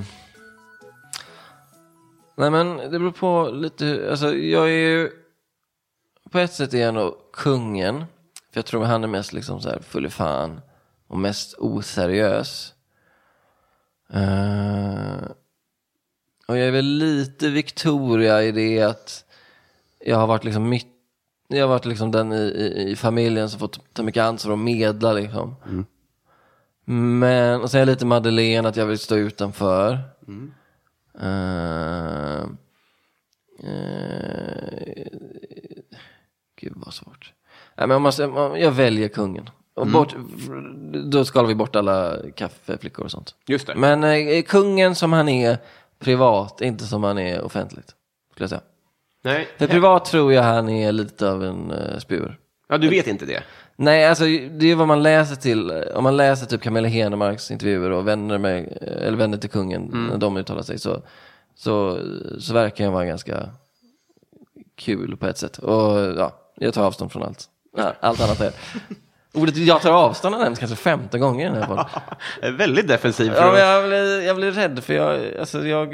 Nej, men det beror på lite. Alltså, jag är ju på ett sätt är jag nog kungen, för jag tror att han är mest liksom så här full i fan och mest oseriös. Uh... Och jag är väl lite Victoria i det att jag har varit liksom mitt Jag har varit liksom den i, i, i familjen som fått ta mycket ansvar och medla liksom. Mm. Men, och sen är jag lite Madeleine att jag vill stå utanför. Mm. Uh, uh, gud vad svårt. Nej, men man måste, man, jag väljer kungen. Och mm. bort, då skalar vi bort alla kaffeflickor och sånt. Just det. Men uh, kungen som han är privat, inte som han är offentligt, skulle jag säga. Nej. För privat tror jag han är lite av en uh, spur. Ja, du vet inte det? Nej, alltså det är vad man läser till. Om man läser typ Camilla Henemarks intervjuer och vänner, med, eller vänner till kungen mm. när de uttalar sig så, så, så verkar han vara ganska kul på ett sätt. Och ja, Jag tar avstånd från allt. Ja, allt annat är. Ordet jag tar avstånd har nämnts kanske femton gånger i den här podden. Väldigt defensiv. Ja, men jag blir, jag blir rädd för jag, alltså jag,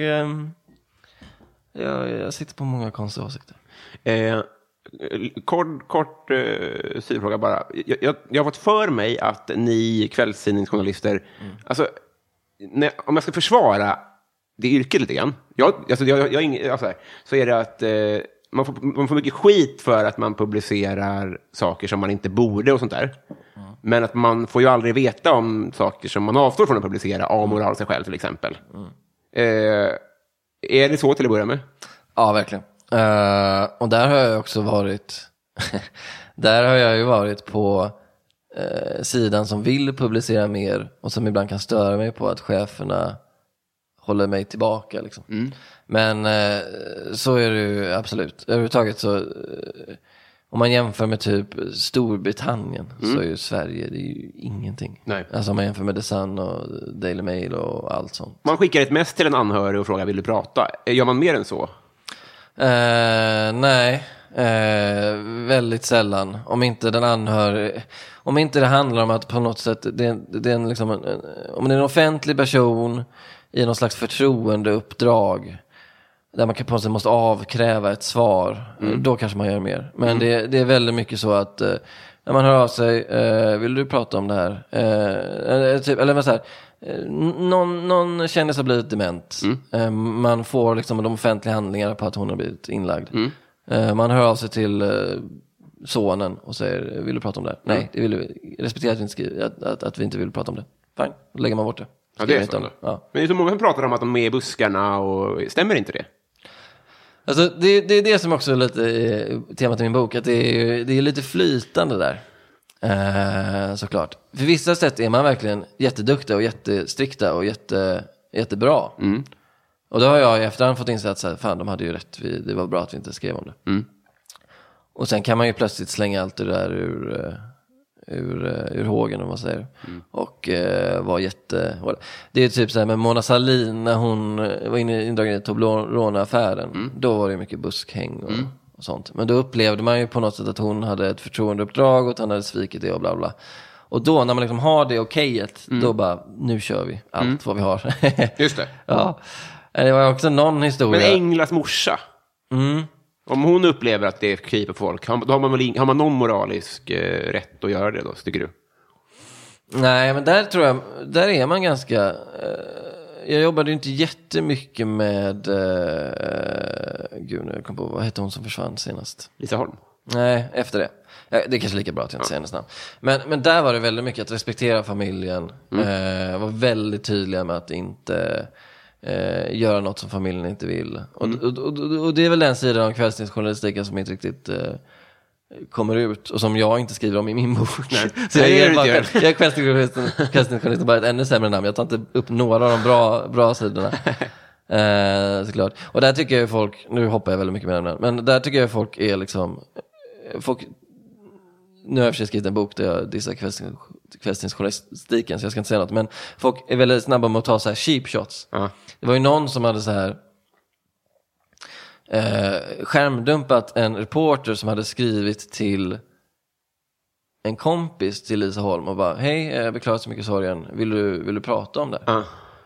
jag, jag sitter på många konstiga åsikter. Eh, kort kort eh, sidfråga bara. Jag, jag, jag har fått för mig att ni kvällstidningsjournalister, mm. alltså, när, om jag ska försvara det yrket lite grann, jag, alltså, jag, jag, jag, alltså, så är det att eh, man, får, man får mycket skit för att man publicerar saker som man inte borde och sånt där. Mm. Men att man får ju aldrig veta om saker som man avstår från att publicera, amoral sig själv till exempel. Mm. Eh, är det så till att börja med? Ja, verkligen. Uh, och där har jag också varit där har jag ju varit på uh, sidan som vill publicera mer och som ibland kan störa mig på att cheferna håller mig tillbaka liksom. Mm. Men uh, så är det ju absolut. Överhuvudtaget så uh, om man jämför med typ Storbritannien mm. så är ju Sverige, det är ju ingenting. Nej. Alltså om man jämför med The Sun och Daily Mail och allt sånt. Man skickar ett mess till en anhörig och frågar vill du prata? Gör man mer än så? Uh, nej, uh, väldigt sällan. Om inte den anhör, om inte det handlar om att på något sätt det, det är en, liksom en, om det är en offentlig person i någon slags förtroendeuppdrag där man på något sätt måste avkräva ett svar, mm. då kanske man gör mer. Men mm. det, det är väldigt mycket så att uh, när man hör av sig, uh, vill du prata om det här? Uh, typ, eller vad så här. Någon, någon känner sig blivit dement. Mm. Man får liksom de offentliga handlingarna på att hon har blivit inlagd. Mm. Man hör av sig till sonen och säger, vill du prata om det här? Mm. Nej, det vill vi. Respektera att vi, inte skriver, att, att, att vi inte vill prata om det. Fine, då lägger man bort det. Ja, det är så. Det. Ja. Men det är så många som pratar om att de är i buskarna och stämmer inte det? Alltså, det, det är det som också är lite temat i min bok, att det är, det är lite flytande där. Uh, såklart. För vissa sätt är man verkligen jätteduktig och jättestrikta och jätte, jättebra. Mm. Och då har jag i efterhand fått inse att så här, fan, de hade ju rätt. Vi, det var bra att vi inte skrev om det. Mm. Och sen kan man ju plötsligt slänga allt det där ur, ur, ur hågen, om man säger. Mm. Och uh, var jätte... Det är typ så här med Mona Sahlin när hon var inne indragen i Toblerone-affären. Mm. Då var det mycket buskhäng och... Mm. Och sånt. Men då upplevde man ju på något sätt att hon hade ett förtroendeuppdrag och att han hade svikit det och bla bla. Och då när man liksom har det okejet, mm. då bara, nu kör vi allt mm. vad vi har. Just det. Ja. Det var också någon historia. Men Englas morsa, mm. om hon upplever att det är krig på folk, då har man, väl, har man någon moralisk eh, rätt att göra det då, tycker du? Nej, men där tror jag, där är man ganska... Eh, jag jobbade ju inte jättemycket med uh, gud, nu kom på, vad hette hon som försvann senast? Lisa Holm. Nej, efter det. Ja, det är kanske lika bra att jag inte säger hennes namn. Men, men där var det väldigt mycket att respektera familjen. Mm. Uh, var väldigt tydliga med att inte uh, göra något som familjen inte vill. Mm. Och, och, och, och det är väl den sidan av kvällstidningsjournalistiken som inte riktigt... Uh, kommer ut och som jag inte skriver om i min bok. Nej, så jag ger bara, jag är kvällstidningsjournalist bara ett ännu sämre namn. Jag tar inte upp några av de bra, bra sidorna. eh, såklart. Och där tycker jag folk, nu hoppar jag väldigt mycket med dem, men där tycker jag folk är liksom folk, nu har jag för skrivit en bok där jag dissar kvällstidningsjournalistiken, så jag ska inte säga något, men folk är väldigt snabba med att ta så här cheap shots. Uh-huh. Det var ju någon som hade så här Eh, skärmdumpat en reporter som hade skrivit till en kompis till Lisa Holm och bara, hej, jag beklagar så mycket sorgen, vill du, vill du prata om det? Uh.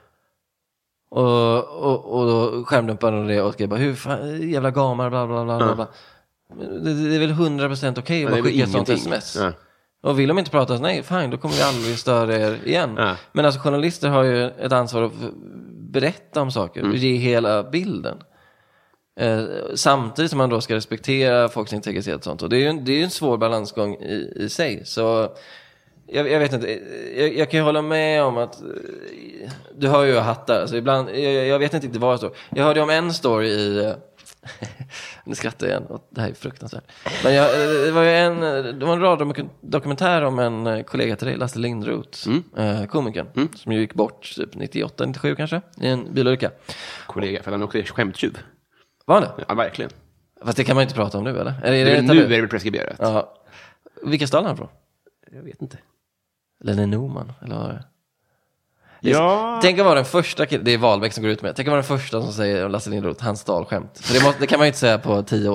Och, och, och då skärmdumpade hon det och skrev bara, hur fan, jävla gamar, bla bla bla, uh. bla. Det, det är väl hundra procent okej att bara skicka ett sånt sms. Uh. Och vill de inte prata, nej, fine, då kommer vi aldrig störa er igen. Uh. Men alltså journalister har ju ett ansvar att berätta om saker, mm. och ge hela bilden. Eh, samtidigt som man då ska respektera folks integritet och sånt. Och det är ju en, det är ju en svår balansgång i, i sig. Så jag, jag vet inte, jag, jag kan ju hålla med om att du hör ju hattar. Alltså ibland, jag, jag vet inte riktigt vad det står. Jag hörde om en story i... nu skrattar jag igen, det här är fruktansvärt. Men jag, det var ju en, det var en radiodokumentär om en kollega till dig, Lasse Lindroth, mm. eh, komikern, mm. som ju gick bort typ nittioåtta nittiosju kanske, i en bilolycka. Kollega, för han också är skämttjuv. Var det? Ja, verkligen. Fast det kan man inte prata om nu, eller? Är det, det, det nu är det väl preskriberat. Ja. Vilka stall han från? Jag vet inte. Lenny Norman, eller vad är det? Ja. Tänk att vara den första, det är Wahlbeck som går ut med. Tänk att vara den första som säger Lasse Lindroth, han stal skämt. För det, måste, det kan man ju inte säga på tio år.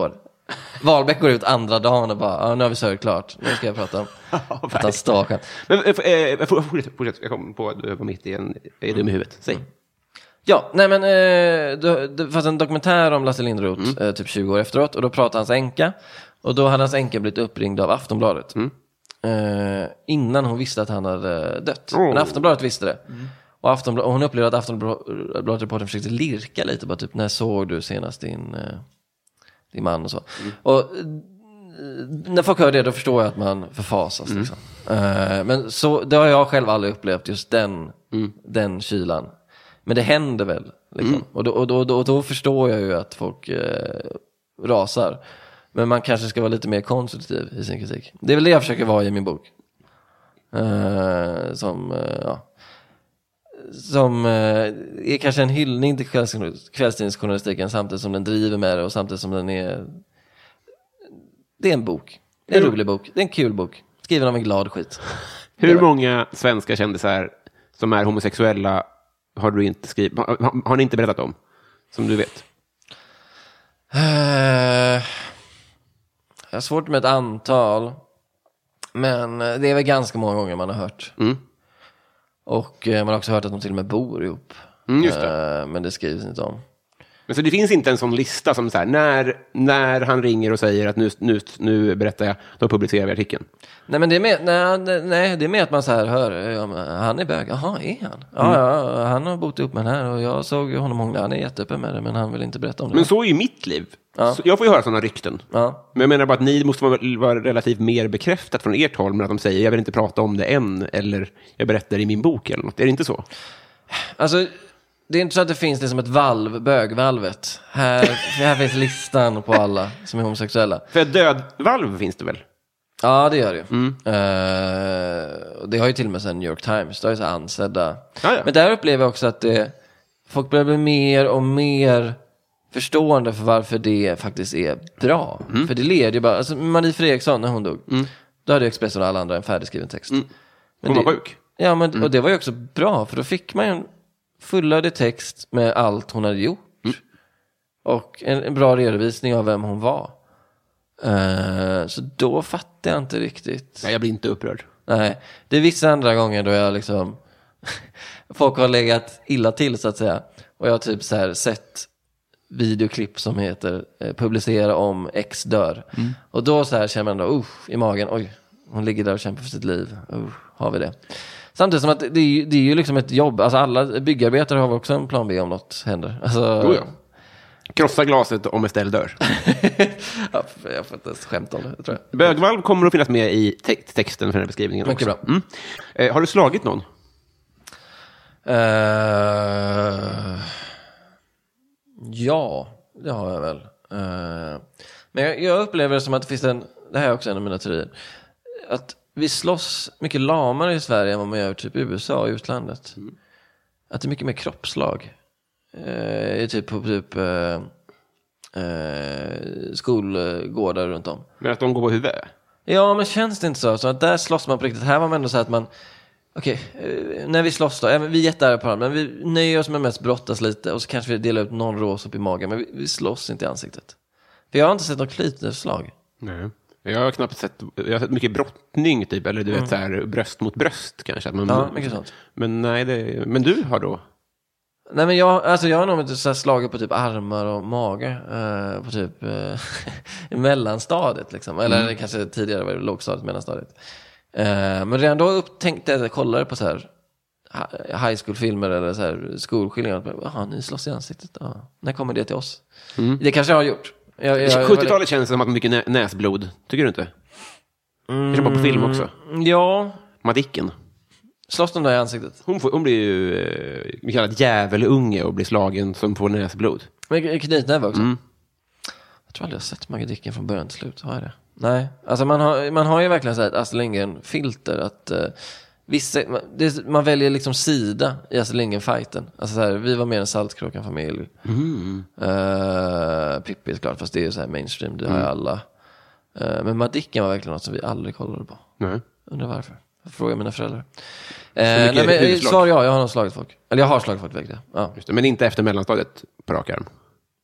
Wahlbeck går ut andra dagen och bara, ja, nu har vi sörjt klart. Nu ska jag prata om att han staken. Men äh, fortsätt, fortsätt, jag kom på att du var mitt i en är dum i huvudet. Säg. Mm. Ja, nej men eh, det, det fanns en dokumentär om Lasse Lindroth mm. eh, typ tjugo år efteråt. Och då pratade hans änka. Och då hade hans änka blivit uppringd av Aftonbladet. Mm. Eh, innan hon visste att han hade dött. Oh. Men Aftonbladet visste det. Mm. Och, Aftonblad, och hon upplevde att Aftonbladet-reportern försökte lirka lite. Bara typ, när såg du senast din, eh, din man och så. Mm. Och eh, när folk hör det, då förstår jag att man förfasas. Mm. Liksom. Eh, men så, det har jag själv aldrig upplevt, just den, mm. den kylan. Men det händer väl. Liksom. Mm. Och, då, och, då, och, då, och då förstår jag ju att folk eh, rasar. Men man kanske ska vara lite mer konstruktiv i sin kritik. Det är väl det jag försöker vara i min bok. Uh, som uh, ja. Som uh, är kanske en hyllning till kvällstidningsjournalistiken, samtidigt som den driver med det och samtidigt som den är... Det är en bok. Det är en rolig bok. Det är en kul bok. Skriven av en glad skit. Hur många svenska kändisar som är homosexuella har du inte skrivit? Har, har ni inte berättat om? Som du vet. Uh... Jag har svårt med ett antal. Men det är väl ganska många gånger man har hört. Mm. Och man har också hört att de till och med bor ihop. Mm, just det. Men det skrivs inte om. Men så det finns inte en sån lista som så här, när, när han ringer och säger att nu, nu, nu berättar jag, då publicerar vi artikeln. Nej, men det är med, nej, nej, det är med att man så här hör, ja, han är bög. Jaha, är han? Ja, mm. ja, han har bott ihop med den här och jag såg honom många, han är jätteöppen med det, men han vill inte berätta om det. Men så är ju mitt liv. Ja. Jag får ju höra sådana rykten. Ja. Men jag menar bara att ni måste vara, vara relativt mer bekräftat från ert håll, men att de säger, jag vill inte prata om det än, eller jag berättar i min bok eller något. Är det inte så? Alltså... Det är inte så att det finns det som ett valv, bögvalvet. Här, här finns listan på alla som är homosexuella. För dödvalv finns det väl? Ja, det gör det. Mm. Uh, det har ju till och med sen New York Times. Det är så ansedda. Ah, ja. Men där upplever jag också att det, folk börjar bli mer och mer förstående för varför det faktiskt är bra. Mm. För det leder ju bara... Alltså Marie Fredriksson, när hon dog, mm. då hade Expressen och alla andra en färdigskriven text. Mm. Hon var sjuk. Ja, men, mm. och det var ju också bra. För då fick man ju en fullödig text med allt hon hade gjort. Mm. Och en, en bra redovisning av vem hon var. Uh, så då fattar jag inte riktigt. Nej, jag blir inte upprörd. Nej, det är vissa andra gånger då jag liksom... folk har legat illa till, så att säga. Och jag har typ så här sett videoklipp som heter eh, publicera om X dör. Mm. Och då så här känner man då, uh, i magen, oj, hon ligger där och kämpar för sitt liv. Uh, har vi det. Samtidigt som att det är, det är ju liksom ett jobb. Alltså alla byggarbetare har också en plan B om något händer. Alltså... Oh ja. Krossa glaset om Estelle dör. Ja, jag får inte ens skämta om det, tror jag. Bögvalv kommer att finnas med i te- texten för den här beskrivningen. Mycket också. Bra. Mm. Eh, har du slagit någon? Uh... Ja, det har jag väl. Uh... Men jag, jag upplever det som att det finns en... Det här är också en av mina teorier. Att vi slåss mycket lamare i Sverige än vad man gör typ i U S A och utlandet. Mm. Att det är mycket mer kroppslag. Eh, typ på typ eh, eh, skolgårdar runt om. Men att de går på huvudet? Ja, men känns det inte så? Så att där slåss man på riktigt. Här var man ändå så att man... Okej, okay, eh, när vi slåss då, vi är jätteärliga på varandra, men vi nöjer oss med mest brottas lite och så kanske vi delar ut någon rås upp i magen, men vi, vi slåss inte i ansiktet. För jag har inte sett något klytnävsslag. Nej. Jag har knappt sett, jag har sett mycket brottning typ, eller du mm. vet så här, bröst mot bröst kanske. Att man, ja, mycket sånt. Men nej, det, men du har då? Nej, men jag, alltså jag har nog inte så här slagit på typ armar och mage eh, på typ eh, i mellanstadiet liksom. Eller mm. kanske tidigare var det lågstadiet, mellanstadiet. Eh, men redan då upptänkte jag att jag kollade på så här high school-filmer eller så här skolskildringar. Jaha, ni slåss i ansiktet. Ja. När kommer det till oss? Mm. Det kanske jag har gjort. Jag, jag, sjuttiotalet känns som att mycket nä- näsblod. Tycker du inte? Mm, kanske bara på film också. Ja. Madicken. Slåss de där i ansiktet? Hon, får, hon blir ju eh, kallad djävulunge och blir slagen som får näsblod. Men knytnäve också? Mm. Jag tror aldrig jag har sett Maggie Dicken från början till slut. Har jag det? Nej. Alltså man har, man har ju verkligen så här ett Astrid Lindgren-filter. Att eh, vissa, man, det, man väljer liksom sida i Astrid Lindgren-fighten. Alltså så här, vi var mer en Saltkråkan-familj. Mm. Uh, Pippi är klart, fast det är ju så här mainstream. Det har ju alla. Uh, men Madicken var verkligen något som vi aldrig kollade på. Nej. Undrar varför. Jag frågar mina föräldrar. Uh, nej, men, svar ja, jag har nog slagit folk. Eller jag har slagit folk, verkligen. Ja. Just det, men inte efter mellanstadiet på rak arm.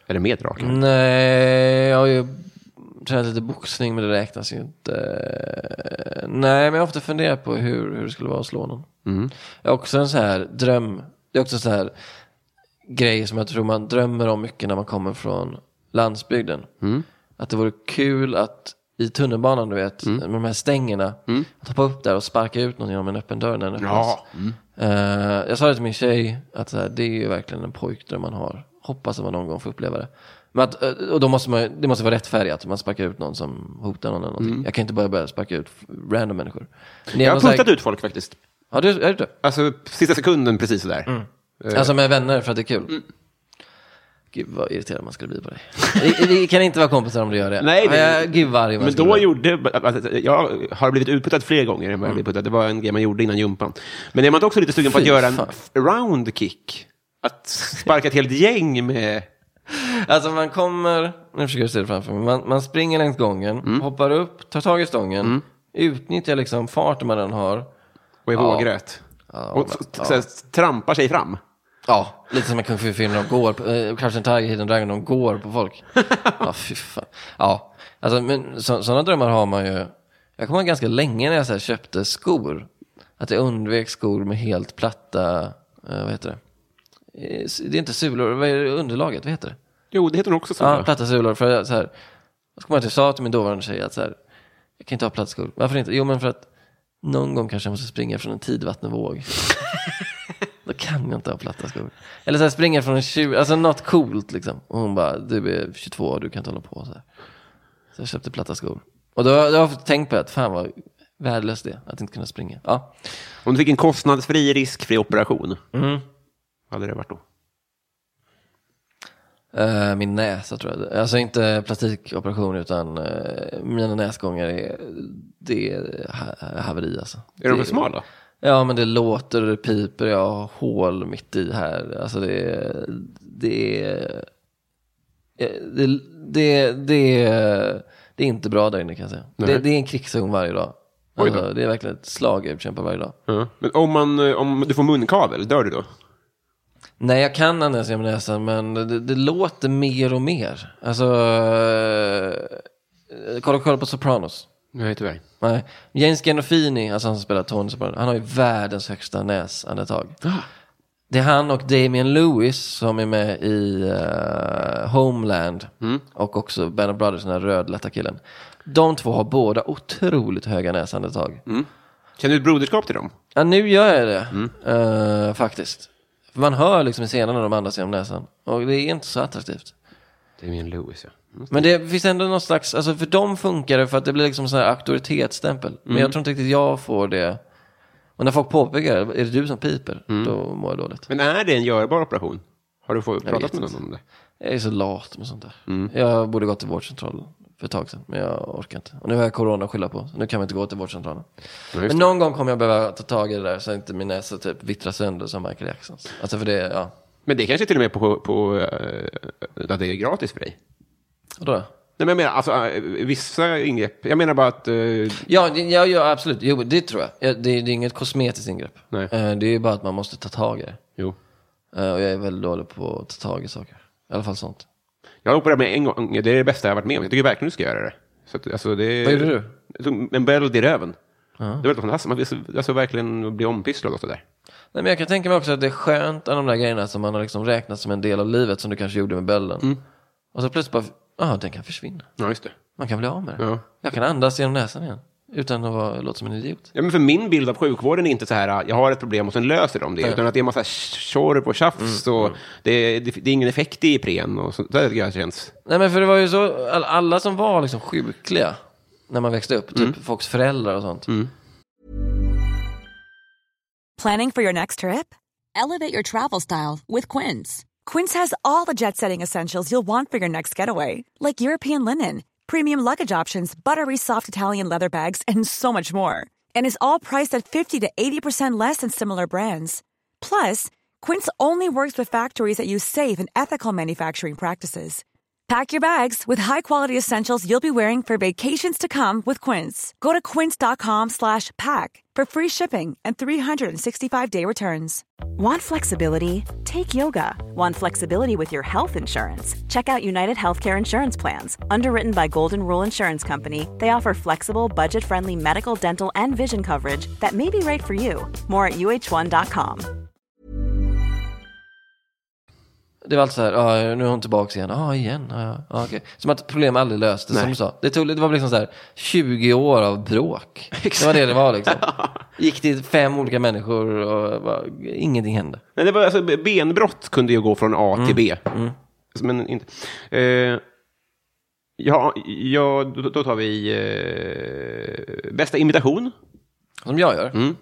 Eller med drakar? Nej, jag har ju tränat lite boxning, men det räknas ju inte. Nej, men jag har ofta funderat på hur, hur det skulle vara att slå någon. Mm. Jag har också en så här dröm. Det är också så här grej som jag tror man drömmer om mycket när man kommer från landsbygden. Mm. Att det vore kul att i tunnelbanan, du vet, mm. med de här stängerna, mm. att hoppa upp där och sparka ut någon genom en öppen dörr när den ja. mm. uh, Jag sa det till min tjej att så här, det är ju verkligen en pojkdröm man har. Hoppas att man någon gång får uppleva det. Men att, och då måste man, det måste vara rättfärdigt. Man sparkar ut någon som hotar någon eller någonting. Mm. Jag kan inte bara börja sparka ut random människor. Jag har puttat här... ut folk faktiskt. Ja, du, är det? Alltså sista sekunden precis sådär. Mm. Uh. Alltså med vänner för att det är kul. Mm. Gud vad irriterad man skulle bli på dig. vi, vi kan inte vara kompisar om du gör det. Nej, det jag, gud varje men då gjorde alltså, jag har blivit utputtad fler gånger än vad jag blev puttad. Det var en grej man gjorde innan jumpan. Men är man också lite sugen på att göra en round kick? Att sparka ett helt gäng med... Alltså man kommer, nu försöker jag se det framför mig. Man, man springer längs gången, mm. hoppar upp, tar tag i stången, mm. utnyttjar liksom farten man den har. Och är ja. vågrätt. Ja, och ja. Så, så, trampar sig fram. Ja, lite som en kung fu-film. De går på, eh, kanske en Tiger Hidden Dragon, de går på folk. Ja, fy fan. Ja, alltså, men så, sådana drömmar har man ju. Jag kommer ihåg ganska länge när jag så här, köpte skor. Att jag undvek skor med helt platta, eh, vad heter det? Det är inte sulor, vad är det, underlaget, vad heter det? Jo, det heter nog också sulor. Ja, platta sulor. För jag, så här, jag kommer ihåg att jag sa till min dåvarande tjej att så här, jag kan inte ha platta skor. Varför inte? Jo, men för att någon gång kanske jag måste springa från en tidvattnevåg. Då kan jag inte ha platta skor. Eller så här, springa från en tjugo, alltså något coolt liksom. Och hon bara, du är tjugotvå år, du kan inte hålla på så här. Så jag köpte platta skor. Och då, då har jag tänkt på att fan vad värdelöst det att inte kunna springa. Ja. Om du fick en kostnadsfri, riskfri operation, mm. vad hade det varit då? Uh, min näsa tror jag. Alltså inte plastikoperation utan uh, mina näsgångar är, det är ha- haveri alltså. Är de för smala? Ja, men det låter, det piper, jag har hål mitt i här. Alltså det är det är det, det, det, är, det är inte bra där inne kan jag säga. Det, det är en krigszon varje dag. Alltså, det är verkligen ett slag jag utkämpar varje dag. Ja. Men om, man, om du får munkavel, dör du då? Nej, jag kan andas genom näsan, men det, det låter mer och mer. Alltså, kolla, kolla på Sopranos. Nej, tyvärr. Nej. James Gandolfini, alltså han som spelar Tony Soprano, han har ju världens högsta näsandetag. Ah. Det är han och Damian Lewis som är med i uh, Homeland mm. och också Band of Brothers, den här rödlätta killen. De två har båda otroligt höga näsandetag. Mm. Känner du ett broderskap till dem? Ja, nu gör jag det. Mm. Uh, faktiskt. För man hör liksom i scenen när de andas genom näsan. Och det är inte så attraktivt. Damian Lewis, ja. Men det finns ändå någon slags, alltså för dem funkar det för att det blir liksom sån här auktoritetsstämpel. Mm. Men jag tror inte riktigt jag får det. Och när folk påpekar, är det du som piper? Mm. Då mår jag dåligt. Men är det en görbar operation? Har du fått pratat med någon om det? Jag är så lat med sånt där. Mm. Jag borde gå till vårdcentralen för ett tag sedan, men jag orkar inte. Och nu har jag corona att skylla på, så nu kan vi inte gå till vårdcentralen. Ja, men någon gång kommer jag behöva ta tag i det där så att inte min näsa typ vittrar sönder som Michael Jacksons. Alltså för det, ja. Men det kanske till och med på, på uh, att det är gratis för dig. Vadå? Nej, men jag menar, alltså, uh, vissa ingrepp. Jag menar bara att... Uh... Ja, ja, ja, absolut. Jo, det tror jag. Ja, det, det är inget kosmetiskt ingrepp. Nej. Uh, det är bara att man måste ta tag i det. Jo. Uh, och jag är väldigt dålig på att ta tag i saker. I alla fall sånt. Jag har opererat med en gång. Det är det bästa jag har varit med om. Jag tycker verkligen du ska göra det. Så att, alltså, det är... Vad gjorde du? En bäld i röven. Uh-huh. Det var fantastiskt. Man vill alltså, verkligen bli ompysslad och sådär. Nej, men jag kan tänka mig också att det är skönt av de där grejerna som man har liksom räknat som en del av livet som du kanske gjorde med bällen. Mm. Och så plötsligt bara, ja, den kan försvinna. Ja, just det. Man kan bli av med det. Ja. Jag kan andas genom näsan igen. Utan att vara, låta som en idiot. Ja, men för min bild av sjukvården är inte så här, jag har ett problem och sen löser de det. Nej. Utan att det är en massa tjorv och tjafs mm. och mm. Det, det, det är ingen effekt i Ipren och så där det känns. Nej, men för det var ju så, alla som var liksom sjukliga när man växte upp, typ mm. folks föräldrar och sånt. Mm. Planning for your next trip? Elevate your travel style with Quince. Quince has all the jet-setting essentials you'll want for your next getaway, like European linen, premium luggage options, buttery soft Italian leather bags, and so much more. And is all priced at fifty to eighty percent less than similar brands. Plus, Quince only works with factories that use safe and ethical manufacturing practices. Pack your bags with high-quality essentials you'll be wearing for vacations to come with Quince. Go to quince.com slash pack for free shipping and three sixty-five day returns. Want flexibility? Take yoga. Want flexibility with your health insurance? Check out United Healthcare Insurance Plans. Underwritten by Golden Rule Insurance Company, they offer flexible, budget-friendly medical, dental, and vision coverage that may be right for you. More at u h one dot com. Det var alltid så här, ah, nu är hon tillbaka igen. Ja, ah, igen. Ah, ah, okay. Som att problemet aldrig löstes, som du sa. Det, tog, det var liksom så här tjugo år av bråk. Det var det det var liksom. Gick till fem olika människor och bara, ingenting hände. Nej, det var, alltså, benbrott kunde ju gå från A till mm. B. Mm. Men inte... Uh, ja, ja, då, då tar vi uh, bästa imitation. Som jag gör? Mm.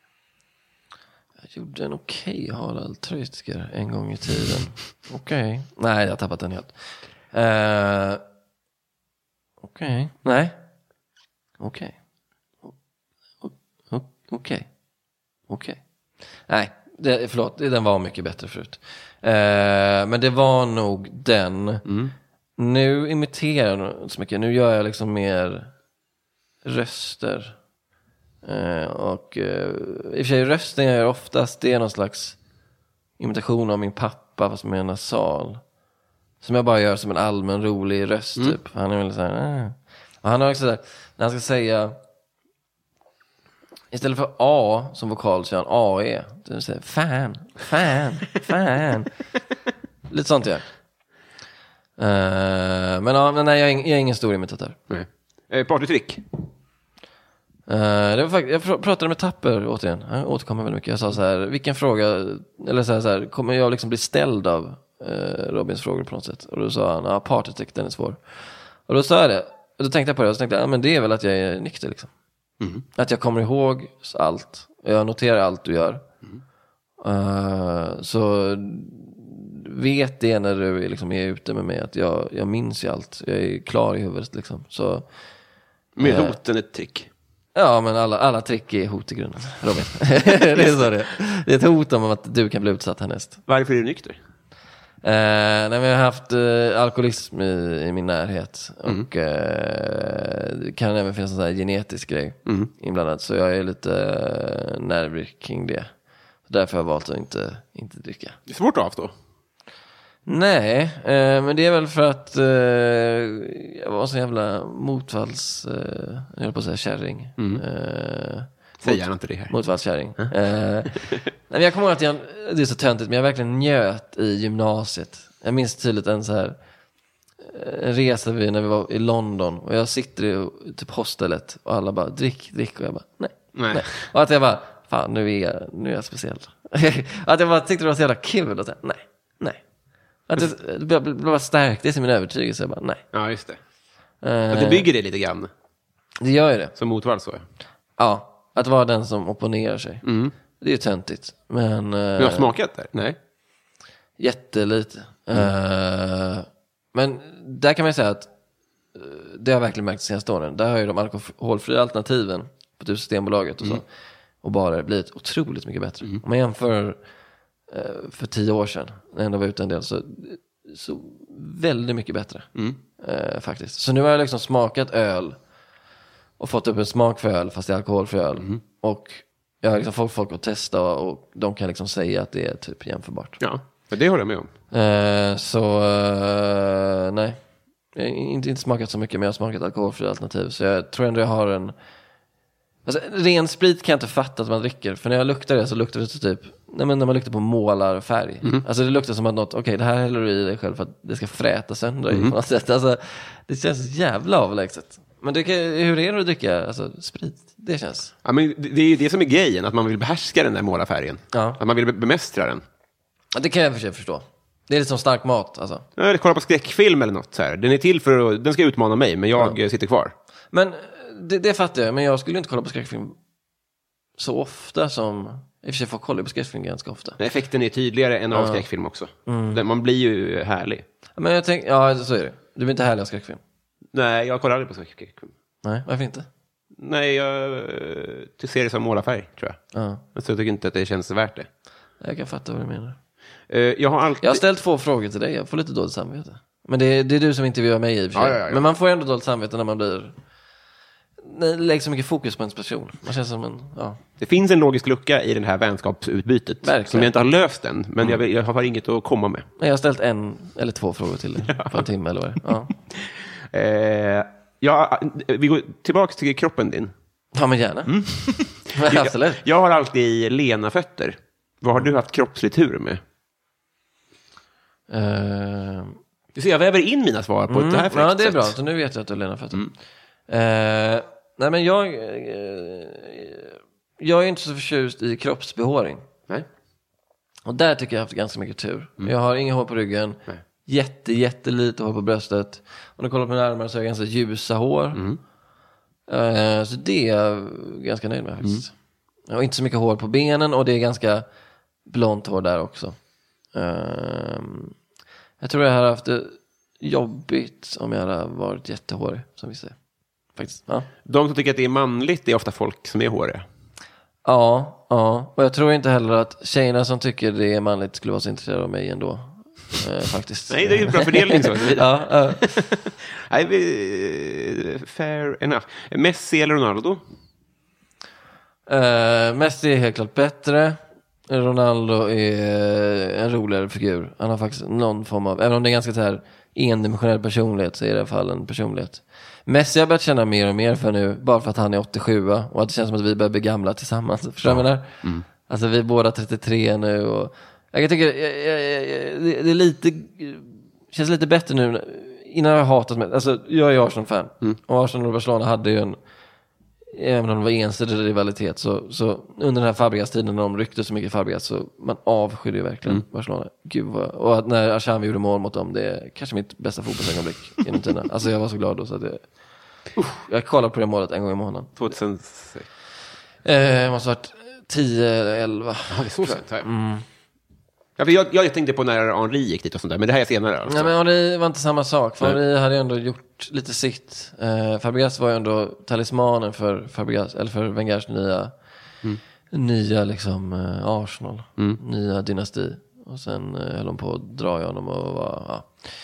Jag gjorde en okej okay Harald Treutiger en gång i tiden. Okej. Okay. Nej, jag har tappat den helt. Uh, okej. Okay. Nej. Okej. Okay. Okej. Okej. Nej, det, förlåt. Den var mycket bättre förut. Uh, men det var nog den. Mm. Nu imiterar jag så mycket. Nu gör jag liksom mer röster. Uh, och uh, i och för sig rösten jag gör oftast, det är någon slags imitation av min pappa fast med en nasal, som jag bara gör som en allmän rolig röst mm. typ. Han är väl så här, uh. och han har också där, när han ska säga istället för A som vokal så gör han A E, det vill säga fan, fan, fan. Lite sånt jag. Uh, men ja, men nej, jag är, jag är ingen stor imitatör. Nej. Eh, partytrick. Uh, det var faktiskt, jag pratade med Tapper återigen. Han återkommer väldigt mycket. Jag sa så här, vilken fråga, eller så här, så här kommer jag liksom bli ställd av uh, Robins frågor på något sätt? Och då sa han, ja, partytrick, den är svår. Och då sa jag det, och då tänkte jag på det, och så tänkte jag, ja, men det är väl att jag är nykter liksom. Mm. Att jag kommer ihåg allt, jag noterar allt du gör. Mm. Uh, så vet det när du liksom är ute med mig, att jag, jag minns ju allt, jag är klar i huvudet liksom. Så, med uh, hoten ett trick. Ja, men alla, alla trick är hot i grunden, Robin. Det är så det. Det är ett hot om att du kan bli utsatt härnäst. Varför är du nykter? Eh, när vi har haft eh, alkoholism i, i min närhet. Mm. Och eh, det kan även finnas en sån här genetisk grej mm. inblandad. Så jag är lite eh, nervig kring det. Därför har jag valt att inte, inte dricka. Det är svårt att avstå. Nej, eh, men det är väl för att eh, jag var så jävla motvalls, eh, jag höll på att säga kärring. Mm. Eh, Säg gärna inte det här. Motvalskärring. eh, nej, men jag kommer ihåg att jag, det är så töntigt, men jag verkligen njöt i gymnasiet. Jag minns tydligt en så här en resa vi när vi var i London och jag sitter i typ hostelet och alla bara drick, drick och jag bara nej, nej. nej. Och att jag bara, fan nu är jag, nu är jag speciell. Att jag bara tyckte det var så jävla kul och så här, nej, nej. Att det, det blev bara stärkt, det är som min övertygelse. Jag bara, nej. Ja, just det. Uh, att det bygger det lite grann. Det gör ju det. Som motvall så. Ja, att vara den som opponerar sig. Mm. Det är ju töntigt. Men uh, du har smakat där? Nej. Jättelite. Mm. Uh, men där kan man säga att uh, det har verkligen märkt de senaste åren. Där har ju de alkoholfria alternativen på typ Systembolaget och så. Mm. Och bara blivit otroligt mycket bättre. Mm. Om man jämför för tio år sedan när jag ändå var ute en del så, så väldigt mycket bättre mm. eh, faktiskt. Så nu har jag liksom smakat öl och fått upp en smak för öl fast det är alkoholfri öl mm. och jag har liksom fått folk att testa och de kan liksom säga att det är typ jämförbart. Ja, men det håller jag med om. Eh, så eh, nej, jag har inte, inte smakat så mycket men jag har smakat alkoholfri alternativ så jag tror ändå jag har en alltså, ren sprit kan jag inte fatta att man dricker. För när jag luktar det så luktar det så typ nej, men när man luktar på målarfärg. Mm. Alltså det luktar som att något, okej okay, det här häller du i dig själv för att det ska fräta sönder mm. på något sätt. Alltså, det känns jävla avlägset. Men det kan, hur är det att dricka alltså, sprit? Det känns. Ja, men det är ju det som är grejen, att man vill behärska den där målarfärgen. Ja. Att man vill bemästra den. Ja, det kan jag för sig förstå. Det är lite som stark mat. Alltså. Jag kollar på skräckfilm eller något så här. Den är till för att, den ska utmana mig, men jag ja. sitter kvar. Men det, det fattar jag, men jag skulle inte kolla på skräckfilm så ofta som... I och för sig får kolla på skräckfilm ganska ofta. Effekten är tydligare än av ja. skräckfilm också. Mm. Man blir ju härlig. Men jag tänker, ja så är det. Du blir inte härlig av skräckfilm. Nej, jag kollar aldrig på skräckfilm. Nej, varför inte? Nej, jag du ser det som målarfärg, tror jag. Ja. Men så jag tycker inte att det känns värt det. Jag kan fatta vad du menar. Uh, jag, har alltid... jag har ställt två frågor till dig, jag får lite dåligt samvete. Men det, det är du som intervjuar mig i och för sig. Ja, ja, ja. Men man får ändå dåligt samvete när man blir... Det lägger så mycket fokus på ens person. Man känns som en... Ja. Det finns en logisk lucka i det här vänskapsutbytet. Verkligen. Som jag inte har löst än. Men mm. jag, jag har inget att komma med. Jag har ställt en eller två frågor till dig på en timme eller vad det är. Ja. eh, ja, vi går tillbaka till kroppen din. Ja, men gärna. Mm. jag, jag har alltid lena fötter. Vad har du haft kroppslig tur med? Uh... Du ser, jag väver in mina svar på mm. det här Ja, det är sätt. bra. Så nu vet jag att du har lena fötter. Mm. Uh, nej, men jag... Uh, jag är inte så förtjust i kroppsbehåring. Nej. Och där tycker jag har haft ganska mycket tur. Mm. Jag har inga hår på ryggen. Nej. Jätte, jättelite hår på bröstet. Om du kollar på mina armar så har jag ganska ljusa hår. Mm. Uh, så det är jag ganska nöjd med faktiskt. Mm. Jag har inte så mycket hår på benen. Och det är ganska blont hår där också. Uh, jag tror jag har haft det jobbigt om jag hade varit jättehårig, som vi säger. Faktiskt, ja. De som tycker att det är manligt är ofta folk som är håriga. Ja, ja. Och jag tror inte heller att tjejerna som tycker det är manligt skulle vara så intresserade av mig ändå. Eh, faktiskt. Nej, det är ju en bra fördelning så. ja, ja. Nej, vi, fair enough. Messi eller Ronaldo? Uh, Messi är helt klart bättre. Ronaldo är en roligare figur. Han har faktiskt någon form av, även om det är ganska så här endimensionell personlighet, så är det i alla fall en personlighet. Messi har börjat känna mer och mer för nu, bara för att han är åttiosju och att det känns som att vi börjar bli gamla tillsammans. Förstår du ja. mm. Alltså vi är båda trettiotre nu och jag tycker jag, jag, jag, det, det är lite känns lite bättre nu. Innan jag har hatat med, alltså jag är Arsenal-fan mm. och Arsenal och Barcelona hade ju en, även om det var ensidig rivalitet, så, så under den här Fabregas-tiden när de ryckte så mycket Fabregas, så man avskydde ju verkligen mm. Barcelona. Gud vad, och att när Arshavin gjorde mål mot dem, det är kanske mitt bästa fotbollsögonblick genom tiden. Alltså jag var så glad då så att det, uh, jag kollade på det målet en gång i månaden. tjugohundrasex Eh, måste ha varit tio eller elva. Ja, det är så sent. Mm. Ja, för jag, jag tänkte på när Henri gick dit och sånt där, men det här är senare. Alltså. Nej, men Henri var inte samma sak. För Henri hade ändå gjort lite sitt. Eh, Fabregas var ju ändå talismanen för Fabregas, eller för Wengers nya, mm. nya liksom eh, Arsenal, mm. nya dynasti. Och sen eh, höll de på att dra i honom och var, ja.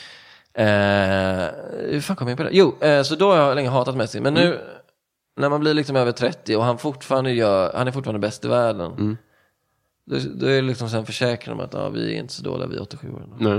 Eh, hur fan kom jag på det? Jo, eh, så då har jag länge hatat Messi. Men nu, mm. när man blir liksom över trettio och han fortfarande gör, han är fortfarande bäst i världen. Mm. Då, då är det liksom sen försäkran om att ja, vi är inte så dåliga, vi är åttiosju år. Nej.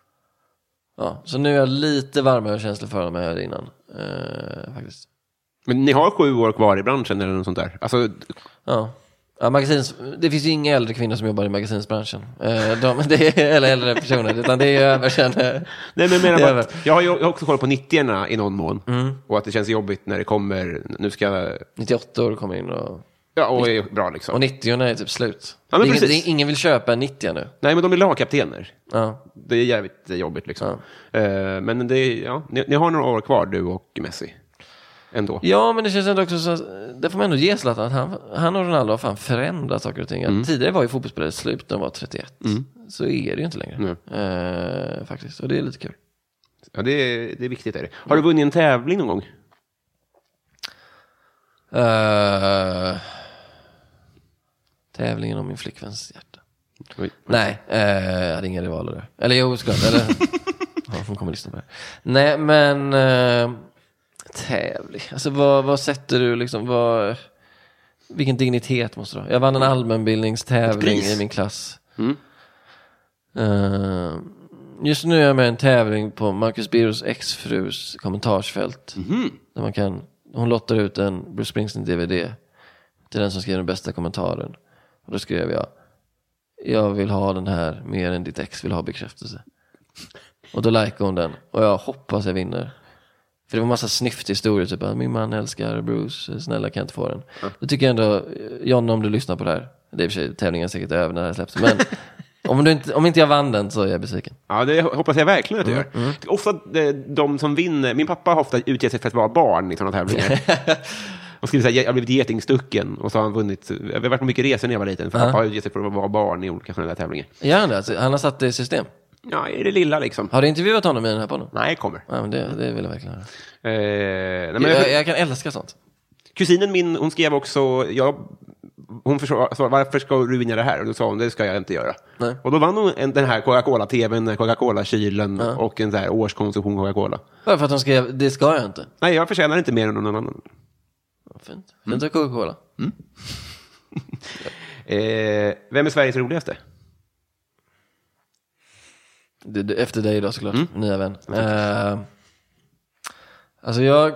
Ja, så nu är jag lite varmare känslor för dem än jag hade innan. Eh, faktiskt. Men ni har sju år kvar i branschen eller något sånt där? Alltså... Ja. Ja, magasins, det finns ju inga äldre kvinnor som jobbar i magasinsbranschen. Eh, de, det är, eller äldre personer, utan det är överkänd. Nej, men menar bara att jag har ju också kollat på nittioorna i någon mån. Mm. Och att det känns jobbigt när det kommer, nu ska jag... nittioåtta år kommer in och... Ja, och är bra liksom. Och nittio är typ slut. Ja, men ingen, det, ingen vill köpa en nittio nu. Nej, men de vill ha kaptener. Ja. Det är jävligt jobbigt liksom. Ja. Uh, men det är, ja, ni, ni har några år kvar, du och Messi. Ändå. Ja, men det känns ändå också så, det får man ändå ge Zlatan att han, han och Ronaldo har fan förändrat saker och ting. Mm. Tidigare var ju fotbollsspelare slut när de var trettioett. Mm. Så är det ju inte längre. Mm. Uh, faktiskt, och det är lite kul. Ja, det är, det är viktigt. Är det. Har du vunnit en tävling någon gång? Uh, tävlingen om min flickväns hjärta. Oj, nej, uh, jag hade inga rivaler där. Eller jo, såklart. Eller, ja, hon kommer lyssna på det. Nej, men... Uh, tävling. Alltså vad, vad sätter du liksom, vad, vilken dignitet måste du ha? Jag vann en allmänbildningstävling i min klass. Mm. Uh, just nu är jag med en tävling på Marcus Birros exfrus kommentarsfält. Mm. Där man kan, hon lottar ut en Bruce Springsteen D V D till den som skriver den bästa kommentaren. Och då skrev jag: jag vill ha den här mer än ditt ex vill ha bekräftelse. Och då likar hon den. Och jag hoppas jag vinner. För det var en massa snyft historier, typ att min man älskar Bruce, snälla kan jag inte få den. Mm. Då tycker jag ändå, John, om du lyssnar på det här, det är i och för sig tävlingen säkert över när det här släpps, men om, du inte, om inte jag vann den så är jag besviken. Ja, det hoppas jag verkligen att du mm. gör. Mm. Ofta de som vinner, min pappa har ofta utgett sig för att vara barn i sådana tävlingar. Och skriver så här, jag har blivit getingstucken och så har han vunnit, jag har varit på mycket resor när jag var liten, för uh-huh. pappa har utgett sig för att vara barn i olika sådana där tävlingar. Ja, alltså, han har satt det i system. Ja, är det lilla liksom. Har du intervjuat honom i den här podden? Nej, kommer. Ja, men det, det vill jag verkligen höra. Eh, nej, men jag, jag, jag kan älska sånt. Kusinen min, hon skrev också, jag, hon sa, varför ska du vinna det här? Och då sa hon, det ska jag inte göra. Nej. Och då vann hon en, den här Coca-Cola-tvn, Coca-Cola-kylen Ja. och en så här årskonsumtion Coca-Cola. Varför att hon skrev, det ska jag inte. Nej, jag förtjänar inte mer än någon annan. Ja, fint. Fint att Coca-Cola. Eh, vem är Sveriges roligaste? Det, det, efter dig då såklart, mm. nya vän. Uh, alltså jag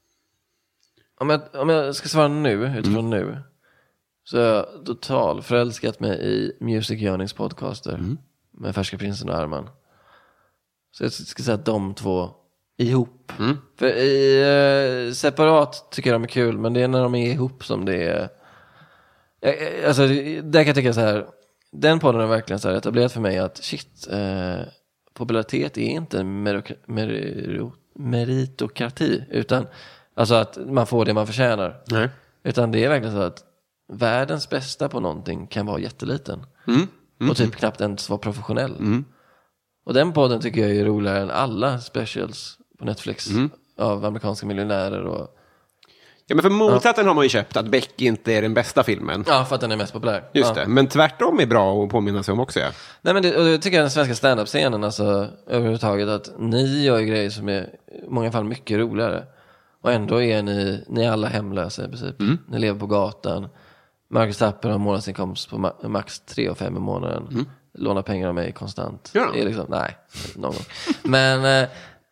om, jag... om jag ska svara nu, utifrån mm. nu, så har jag total förälskat mig i Music Journeys podcaster mm. med Färska Prinsen och Arman. Så jag ska säga att de två ihop. Mm. För i uh, separat tycker jag de är kul, men det är när de är ihop som det är. Jag, alltså, där kan jag tycka så här. Den podden har verkligen så här etablerat för mig att shit, eh, popularitet är inte en merok- mer- meritokrati, utan alltså att man får det man förtjänar. Nej. Utan det är verkligen så att världens bästa på någonting kan vara jätteliten. Mm. Mm. Och typ knappt ens vara professionell. Mm. Och den podden tycker jag är roligare än alla specials på Netflix mm. av amerikanska miljonärer och... Ja, men för motsatsen ja. har man ju köpt att Beck inte är den bästa filmen. Ja, för att den är mest populär. Just ja. det, men tvärtom är bra att påminna sig om också. Ja. Nej, men det, och jag tycker den svenska stand-up-scenen, alltså överhuvudtaget, att ni gör grejer som är i många fall mycket roligare. Och ändå är ni, ni är alla hemlösa i princip. Mm. Ni lever på gatan. Marcus Tapper har månadsinkomst på ma- max tre och fem i månaden. Mm. Lånar pengar av mig konstant. Ja. Det är liksom, nej, någon gång. Men, eh,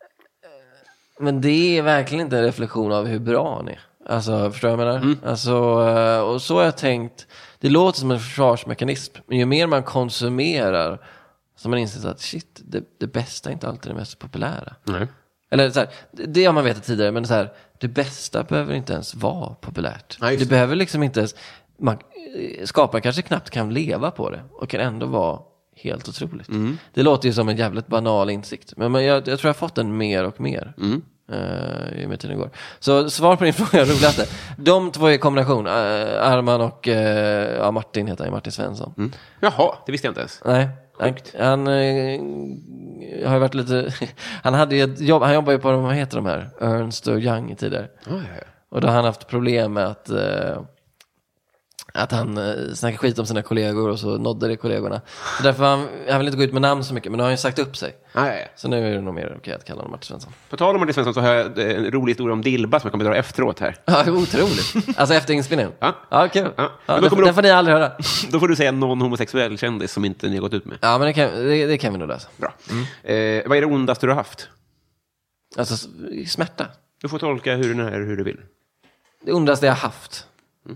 men det är verkligen inte en reflektion av hur bra ni är. Alltså, förstår jag vad jag menar? Mm. Alltså, och så har jag tänkt. Det låter som en försvarsmekanism, men ju mer man konsumerar så man inser att shit, det, det bästa är inte alltid det mest populära. Nej. Eller så här, det har man vetat tidigare, men så här, det bästa behöver inte ens vara populärt. Nej, det behöver liksom inte ens, man, skaparen kanske knappt kan leva på det och kan ändå vara helt otroligt. Mm. Det låter ju som en jävligt banal insikt, men jag, jag tror jag har fått den mer och mer. Mm. Uh, i med tiden går. Så svar på din fråga, roligaste. De två i kombination, uh, Arman och uh, ja, Martin heter han, Martin Svensson. Mm. Jaha, det visste jag inte ens. Nej, han, han uh, har ju varit lite han hade ju ett jobb, han jobbar ju på de, vad heter de här, Ernst och Young tidigare. Oh, ja, ja. Och då har han haft problem med att uh, att han uh, snackar skit om sina kollegor och så nådde det kollegorna. Så därför han, han vill inte gå ut med namn så mycket, men nu har han ju sagt upp sig. Ah, ja, ja. Så nu är det nog mer okej att kalla honom Martin Svensson. På tal om Martin Svensson så har jag en rolig historia om Dilba som jag kommer att dra efteråt här. Ja, otroligt. Alltså efter inspelningen. Ja, ja kul. Ja. Ja, den, den får ni aldrig höra. Då får du säga någon homosexuell kändis som inte ni har gått ut med. Ja, men det kan, det, det kan vi nog läsa. Bra. Mm. Eh, vad är det ondaste du har haft? Alltså smärta. Du får tolka hur den är hur du vill. Det ondaste jag har haft. Mm.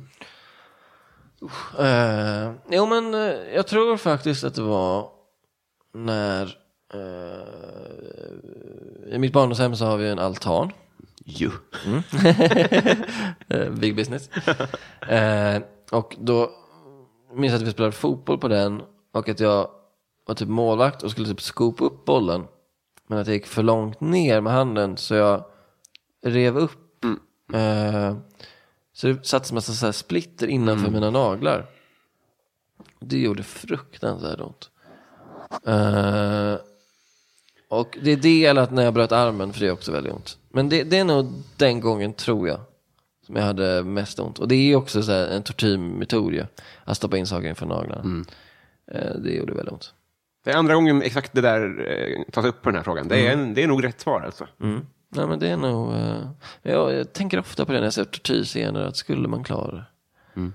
Uh, jo men uh, jag tror faktiskt att det var när uh, i mitt barndomshem så har vi en altan. Jo. Mm. uh, big business. Uh, och då minns jag att vi spelade fotboll på den och att jag var typ målvakt och skulle typ skopa upp bollen, men att jag gick för långt ner med handen så jag rev upp mm. uh, så det satt en massa så här splitter innanför mm. mina naglar. Det gjorde fruktansvärt ont. Uh, och det är det, eller att när jag bröt armen, för det är också väldigt ont. Men det, det är nog den gången, tror jag, som jag hade mest ont. Och det är också så här en tortyrmetod ju, att stoppa in saker inför naglarna. Mm. Uh, det gjorde väldigt ont. Det är andra gången exakt det där eh, tas upp på den här frågan. Det är, mm. en, det är nog rätt svar alltså. Mm. Nej, men det är nog... Uh, jag, jag tänker ofta på det när jag ser tortyrscener, att skulle man klara det. Mm.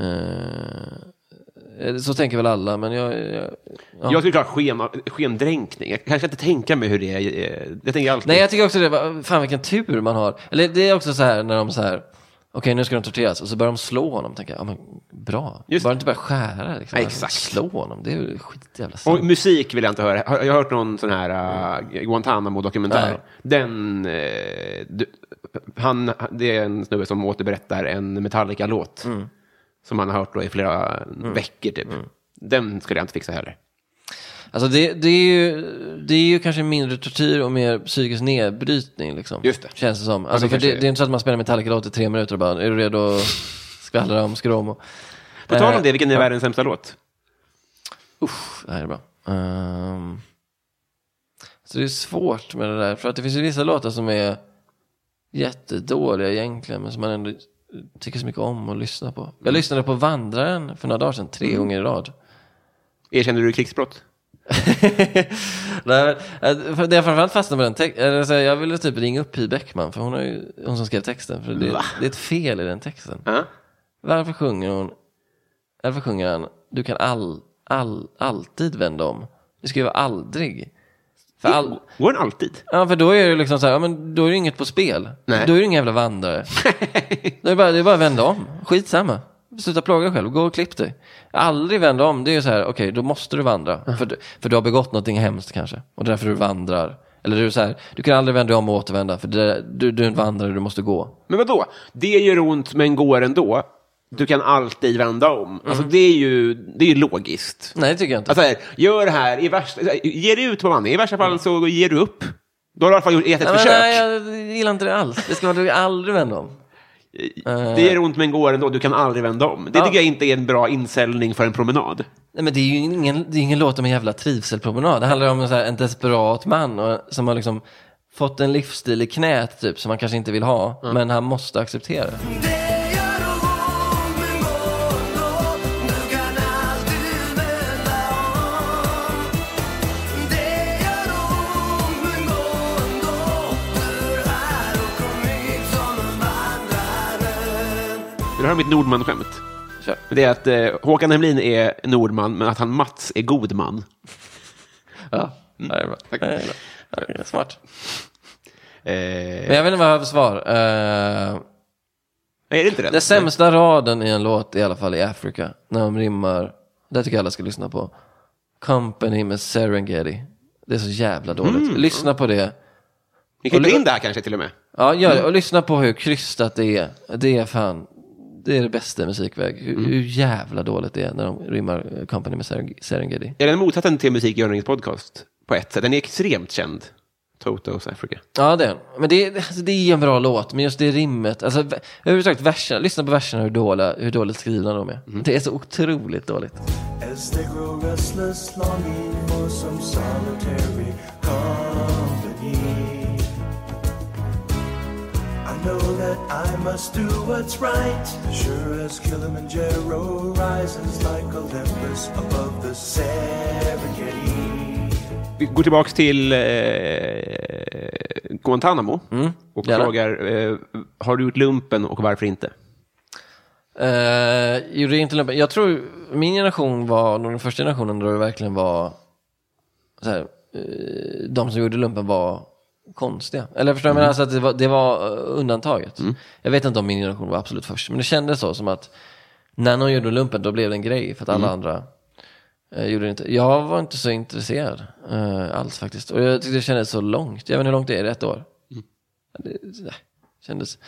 Uh, så tänker väl alla, men jag... Jag, ja. jag skulle klara sken, skendränkning. Jag kanske inte tänker mig hur det är. Jag tänker alltid... Nej, jag tycker också det. Fan, vilken tur man har. Eller det är också så här, när de så här... Okej, okay, nu ska de torteras. Och så börjar de slå honom. Tänker jag, ja men bra. Just bara inte bara skära. Liksom. Ja, exakt. Slå honom, det är ju skitjävla sant. Och musik vill jag inte höra. Jag har hört någon sån här uh, Guantanamo-dokumentär. Ja. Den... Uh, du, han, det är en snubbe som återberättar en Metallica-låt. Mm. Som han har hört då i flera mm. veckor typ. Mm. Den skulle jag inte fixa heller. Alltså det, det, är ju, det är ju kanske mindre tortyr och mer psykisk nedbrytning liksom. Just det. Känns det som. Alltså ja, det, för det, det är inte så att man spelar Metallica-låt i tre minuter och bara, är du redo att skvallra om skrom? Och, på tal om det, vilken är ja. världens sämsta låt? Usch, det här är bra. Um, så det är svårt med det där. För att det finns ju vissa låtar som är jättedåliga egentligen, men som man ändå tycker så mycket om att lyssna på. Jag lyssnade på Vandraren för några dagar sedan, tre mm. gånger i rad. Erkänner du krigsbrott? Nej, för det jag framförallt fastnade på den texten. Jag ville typ ringa upp Pia Bäckman, för hon är ju hon som skrev texten. För det, det är ett fel i den texten. Uh-huh. Varför sjunger hon? Varför sjunger han? Du kan all, all, alltid vända om. Du skriver aldrig. För all... Går den alltid? Ja, för då är det liksom så här, ja, men då är det inget på spel. Nej. Då är det ingen jävla vandrare. det, är bara, det är bara att vända om. Skitsamma. Sluta plåga själv, gå och klipp dig. Aldrig vända om, det är ju så här, okej, okay, då måste du vandra. Uh-huh. För, för du har begått någonting hemskt kanske. Och därför du vandrar. Eller du är så här, du kan aldrig vända om och återvända. För det, du, du är en vandrare, du måste gå. Men vadå? Det gör ont, men går ändå. Du kan alltid vända om. Mm. Alltså det är ju det är ju logiskt. Nej, det tycker jag inte. Alltså här, gör det här, i värsta, ge dig ut på vandring. I värsta fall mm. så ger du upp. Då har du i alla fall gjort ett nej, försök. Nej, jag gillar inte det alls. Det ska man aldrig vända om. Det gör ont men går ändå, du kan aldrig vända om. Det ja. tycker jag inte är en bra inställning för en promenad. Nej, men det är ju ingen, det är ingen låt om en jävla trivselpromenad. Det handlar om en, så här, en desperat man och, som har liksom fått en livsstil i knät typ, som man kanske inte vill ha, mm. men han måste acceptera. Jag har mitt Nordman-skämt. Kör. Det är att eh, Håkan Hemlin är Nordman, men att han Mats är god man. Ja, mm. det är bra. Tack. Det är bra. Det är smart. Eh... Men jag vet inte vad jag har för svar. Uh... Är det inte det? Den sämsta raden i en låt i alla fall i Africa. När de rimmar, det tycker jag alla ska lyssna på. Company med Serengeti. Det är så jävla dåligt. Mm. Lyssna på det. Vi kan ta in det här kanske till och med. Ja, gör det. Och lyssna på hur krystat det är. Det är fan... Det är det bästa musikväg. Hur, mm. hur jävla dåligt det är när de rimmar Company med Serengeti. Är den motsatsen till Musikgörningens podcast på ett sätt? Den är extremt känd. Toto's Africa. Ja, det är men det är, alltså, det är en bra låt. Men just det rimmet. Alltså, överhuvudtaget verserna. Lyssna på verserna hur dåliga, hur dåligt skrivna de är. Mm. Det är så otroligt dåligt. As they grow restless, longing for some solitary company. I know that I must do what's right. Sure as Kilimanjaro rises like Olympus above the Serengeti. Vi går tillbaka till eh, Guantanamo mm, och gärna. frågar, eh, har du gjort lumpen och varför inte? Uh, gjorde inte lumpen. Jag tror min generation var nog den första generationen då det verkligen var så här, uh, de som gjorde lumpen var konstiga. Eller förstår mm. jag, men alltså att det var, det var undantaget. Mm. Jag vet inte om min generation var absolut först, men det kändes så som att när någon gjorde lumpen då blev det en grej för att alla mm. andra uh, gjorde det inte. Jag var inte så intresserad uh, alls faktiskt. Och jag tyckte det kändes så långt. Jag vet inte hur långt det är, ett år. Mm. Det, det kändes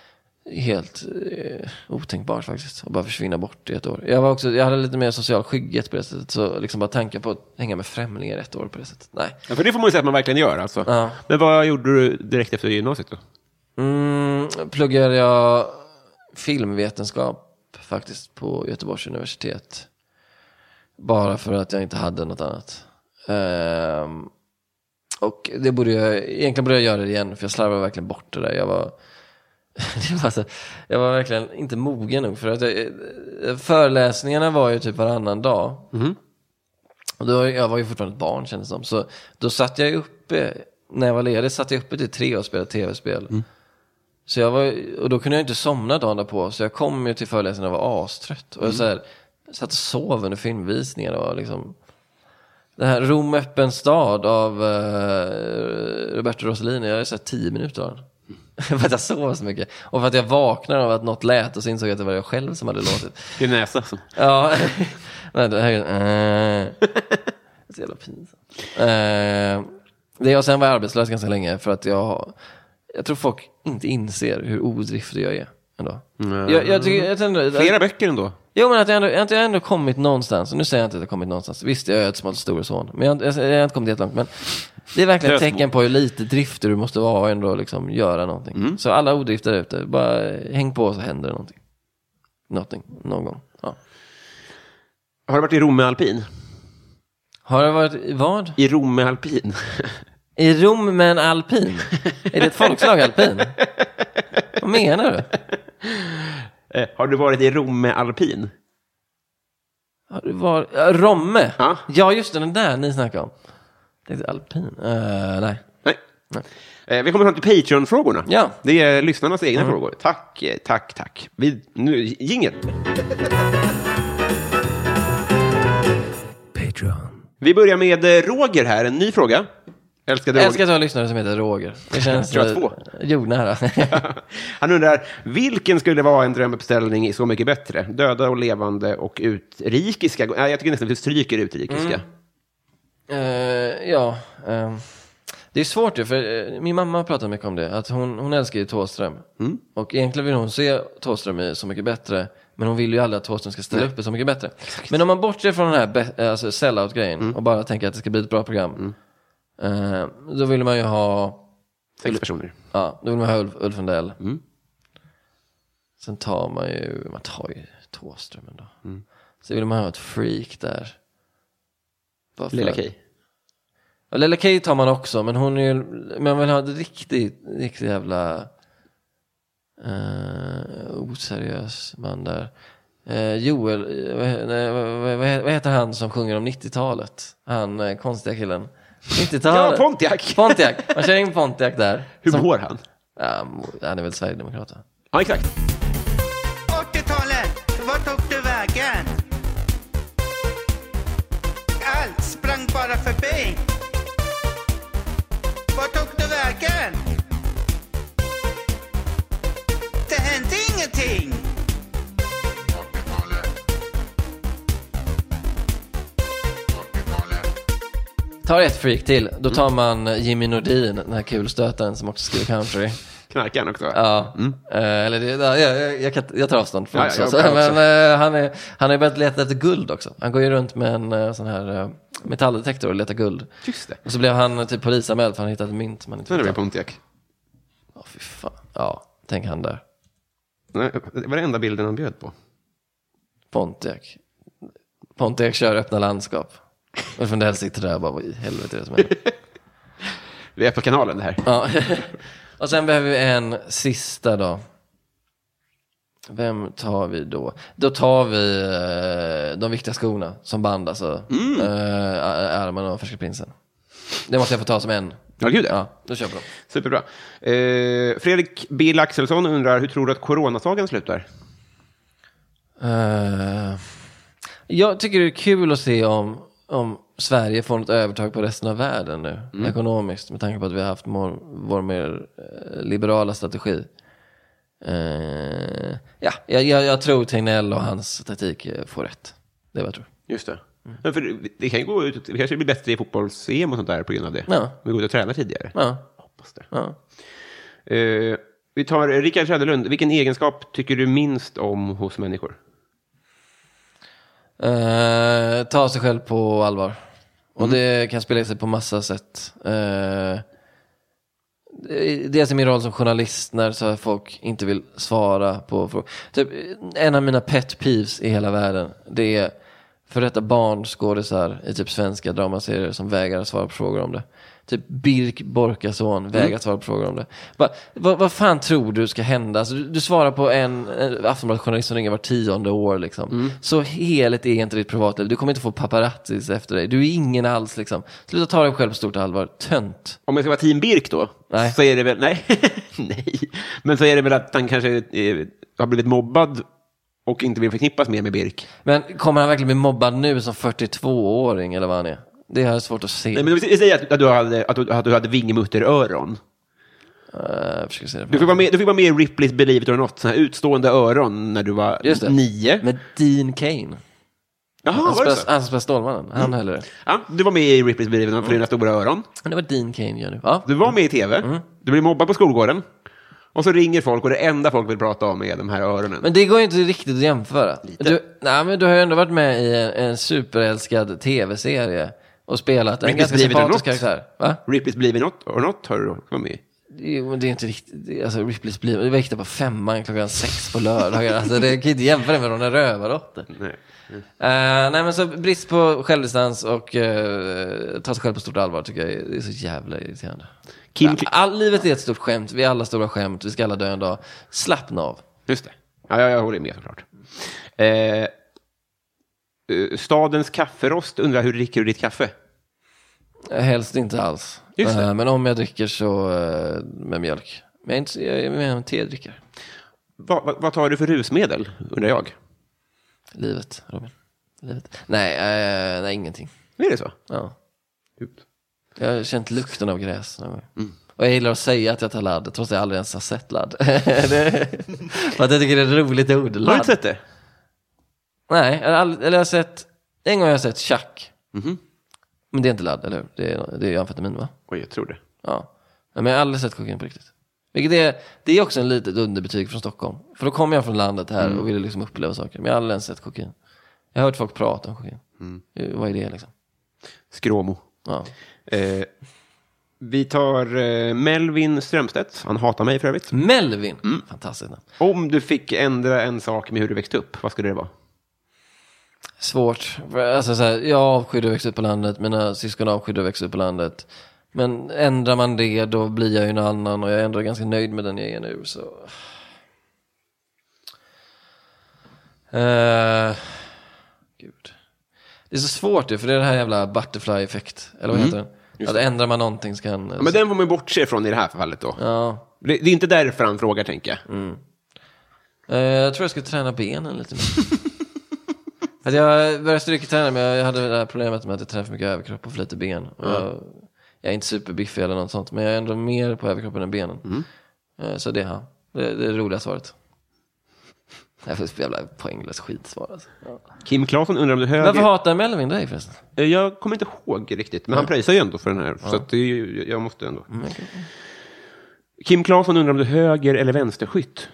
helt uh, otänkbart faktiskt. Att bara försvinna bort i ett år. Jag var också, jag hade lite mer social skygghet på det sättet. Så liksom bara tankar på att hänga med främlingar ett år på det sättet. Nej. Ja, för det får man ju säga att man verkligen gör alltså. Ja. Men vad gjorde du direkt efter gymnasiet då? Mm, pluggade jag filmvetenskap faktiskt på Göteborgs universitet. Bara för att jag inte hade något annat. Um, och det borde jag, egentligen borde jag göra det igen. För jag slarvade verkligen bort det där. Jag var, det var så, jag var verkligen inte mogen nog. För att jag, föreläsningarna var ju typ varannan dag. Mm. Och då, jag var ju fortfarande ett barn kändes som. Så då satt jag uppe, när jag var ledig satt jag uppe till tre och spelade tv-spel. Mm. Så jag var, och då kunde jag inte somna dagen därpå. Så jag kom ju till föreläsningen och var astrött. Och jag mm. så här, satt och sov under filmvisningar och liksom den här Rom öppen stad av uh, Roberto Rossellini. Jag har sett tio minuter av den. Mm. För att jag sov så mycket. Och för att jag vaknade av att något lät och så insåg jag att det var jag själv som hade låtit. Din näsa. Ja. Men det här är uh, det är så jävla pinsamt. Uh, det är, och sen var jag arbetslös ganska länge för att jag jag tror folk inte inser hur odriftig jag är ändå. Mm. Jag, jag tycker, jag tänkte, flera böcker ändå. Jo, men att jag ändå, jag har inte ändå kommit någonstans. Och nu säger jag inte att jag har kommit någonstans. Visst, jag är ett smått stor son. Men jag, jag, jag har inte kommit helt långt. Men det är verkligen ett tecken på hur lite drifter du måste vara och ändå liksom göra någonting. Mm. Så alla odrifter ute, bara häng på så händer det någonting. Någonting, någon gång. Ja. Har du varit i Rom med alpin? Har det varit i vad? I Rom med alpin. I Rom med en alpin? Är det ett folkslag alpin? Vad menar du? Eh, har du varit i Romme alpin? Har du varit... Ja, Romme? Ja. Ja, just det, den där ni snackade om. Det är alpin. Uh, nej. Nej. nej. Eh, vi kommer fram till Patreon-frågorna. Ja. Det är lyssnarnas egna Mm. frågor. Tack, eh, tack, tack. Vi, nu, jingel. Patreon. Vi börjar med eh, Roger här, en ny fråga. Älskade Jag Roger. älskar att ha en lyssnare som heter Roger. Det känns Jag tror att eh, jordnära. Han undrar, vilken skulle vara en drömuppställning i Så mycket bättre? Döda och levande och utrikiska. Nej, jag tycker nästan att vi stryker utrikiska. Mm. Uh, ja. Um, det är svårt ju, för uh, min mamma har pratat mycket om det. Att hon, hon älskar ju Thåström. Mm. Och egentligen vill hon se Thåström i Så mycket bättre. Men hon vill ju aldrig att Thåström ska ställa Nej. upp i Så mycket bättre. Exakt. Men om man bortser från den här be- alltså sell-out-grejen mm. och bara tänker att det ska bli ett bra program. Mm. Uh, då vill man ju ha sex personer. Ja, då vill man ha Ulf, Ulf Lundell. Mm. Sen tar man ju man tar ju Thåström då. Mm. Så vill man ha ett freak där. Lilla Kay. Ja, Lilla Kay tar man också, men hon är ju, man vill ha ett riktigt riktigt jävla uh, oseriös man där. Uh, Joel, uh, nej, vad, vad, vad heter han som sjunger om nittiotalet? Han uh, konstiga killen. nittiotalet. Ja, Pontiac. Pontiac. Man känner in Pontiac där. Hur som, mår han? Ja, han är väl Sverigedemokrat. Ja, exakt. åttiotalet, vart tog du vägen? Allt sprang bara förbi. Vart tog du vägen? Det hände ingenting. Tar ett freak till. Då tar man Jimmy Nordin, den här kulstötaren som också skriver country. Knarkar han också? Ja. Mm. Uh, eller det, ja, jag, jag, kan, jag tar avstånd från ja, också. Jag Så, också. men uh, han, är, han har ju börjat leta efter guld också. Han går ju runt med en uh, sån här uh, metalldetektor och letar guld. Just det. Och så blev han uh, typ polisanmäld för han hittade mynt man inte Så det var Pontiac. Ja, oh, fy fan. Ja, tänk han där. Nej, det var den enda bilden han bjöd på. Pontiac. Pontiac kör öppna landskap. Och från det sitter där och bara, vad i helvete är det som händer? Vi är på kanalen det här. Ja. Och sen behöver vi en sista då. Vem tar vi då? Då tar vi eh, de viktiga skorna som band, alltså mm. eh, Ärman och Färska prinsen. Det måste jag få ta som en. Ja, gud. Ja, då kör vi då. Superbra. Eh, Fredrik Bill Axelsson undrar, hur tror du att coronasagan slutar? Uh, jag tycker det är kul att se om om Sverige får något övertag på resten av världen nu, mm. ekonomiskt, med tanke på att vi har haft vår, vår mer eh, liberala strategi. Eh, ja, jag, jag, jag tror Tegnell och hans taktik får rätt. Det är vad jag tror. Just det. Mm. Men för det kan ju gå ut, det kanske blir bättre i fotbolls-E M och sånt där på grund av det. Ja. Vi går ut och tränar tidigare. Ja. Hoppas det. Ja. Eh, vi tar Rickard Söderlund. Vilken egenskap tycker du minst om hos människor? Uh, ta sig själv på allvar. Och mm. det kan spela sig på massa sätt. Uh, dels i min roll som journalist, när så folk inte vill svara på frågor. Typ, en av mina pet peeves i hela världen, det är för detta barnskådisar i typ svenska dramaserier som vägrar att svara på frågor om det. Typ Birk Borkason vägrar mm. att svara på frågor om det. Va, vad, vad fan tror du ska hända? Alltså, du, du svarar på en, en Aftonbladet-journalist som ringer var tionde år. Liksom. Mm. Så heligt är inte ditt privatliv. Du kommer inte få paparazzis efter dig. Du är ingen alls. Liksom. Sluta ta dig själv på stort allvar. Tönt. Om jag ska vara team Birk då, nej. så är det väl... Nej. nej. Men så är det väl att han kanske eh, har blivit mobbad och inte vill förknippas mer med Birk. Men kommer han verkligen bli mobbad nu som fyrtiotvå-åring eller vad han är? Det har jag svårt att se. Nej, men vi säger att, att du hade, att du, att du hade vingmutteröron. Uh, jag försöker se det. Du fick vara med, du fick vara med i Ripley's Believe It or Not, sådana här utstående öron när du var just det. nio. Med Dean Cain. Jaha, han var spelar, det så? Han spelar Stålmannen. Han mm. höll det. Ja, du var med i Ripley's Believe It or Not för dina stora öron. Men det var Dean Cain gör nu. Ja. Du var med i tv. Mm. Du blev mobbad på skolgården. Och så ringer folk och det enda folk vill prata om är de här öronen. Men det går ju inte riktigt att jämföra. Lite. Du, nej, men du har ju ändå varit med i en, en superälskad tv-serie och spelat en Ripley's ganska Believe It or sympatisk Not. karaktär. Va? Ripley's Believe It or Not har du varit med i. Jo, men det är inte riktigt, det, alltså Ripley's Believe, det var riktigt på femman klockan sex på lördagar. Alltså det kan inte jämföra med de där rövardotter. Nej. Mm. Uh, nej men så brist på självdistans och uh, ta sig själv på stort allvar tycker jag är, det är så jävla irriterande. Kim... All, livet är ett stort skämt. Vi är alla stora skämt. Vi ska alla dö en dag. Slappna av. Just det. Ja, jag, jag håller med såklart. Eh, stadens kafferost undrar hur dricker du ditt kaffe? Helst inte alls. Just det. Uh, men om jag dricker så uh, med mjölk. Men jag är, inte, jag är med en tedrickare. Va, va, vad tar du för rusmedel, undrar jag? Livet, Robin. Livet. Nej, uh, nej, ingenting. Är det så? Ja. Ut. Jag har känt lukten av gräs någon gång. Mm. Och jag gillar att säga att jag tar ladd, trots att jag aldrig ens har sett ladd. det, för att jag tycker det är ett roligt ord, ladd. Har du inte sett det? Nej, eller, eller jag har sett... En gång har jag sett tjack. Mm-hmm. Men det är inte ladd, eller hur? Det är, det är amfetamin, va? Oj, jag tror det. Ja. Men jag har aldrig sett kokain på riktigt. Vilket är, det är också en litet underbetyg från Stockholm. För då kommer jag från landet här mm. och vill liksom uppleva saker. Men jag har aldrig ens sett kokain. Jag har hört folk prata om kokain. Mm. Vad är det liksom? Skråmo. Ja. Eh, vi tar eh, Melvin Strömstedt. Han hatar mig för övrigt. Melvin? Mm. Fantastiskt. Om du fick ändra en sak med hur du växte upp, vad skulle det vara? Svårt. Alltså, så här, jag avskydde att växa upp på landet. Mina syskon avskydde att växa upp på landet. Men ändrar man det, då blir jag ju en annan. Och jag är ändå ganska nöjd med den jag är nu. Så... Uh... Gud. Det är så svårt det, för det är det här jävla butterfly-effekt. Eller vad mm. heter den? Att ändrar man någonting så kan... Ja, men den får man bortse från i det här fallet då. Ja. Det, det är inte därför han frågar, tänker jag. Mm. Uh, jag tror jag ska träna benen lite mer. Att jag började styrketräna, men jag hade det här problemet med att jag tränar för mycket överkropp och för lite ben. Och mm. jag, jag är inte superbiffig eller något sånt, men jag är ändå mer på överkroppen än benen. Mm. Uh, så det, ja. det, det är det roliga svaret. Jag får jävla poänglöst skitsvar alltså. Ja. Kim Claesson undrar om du höger... Varför hatar Melvin dig förresten? Jag kommer inte ihåg riktigt, men mm. han pröjsar ju ändå för den här. Ja. Så att det, jag måste ändå. Mm, okay. Kim Claesson undrar om du höger eller vänsterskytt?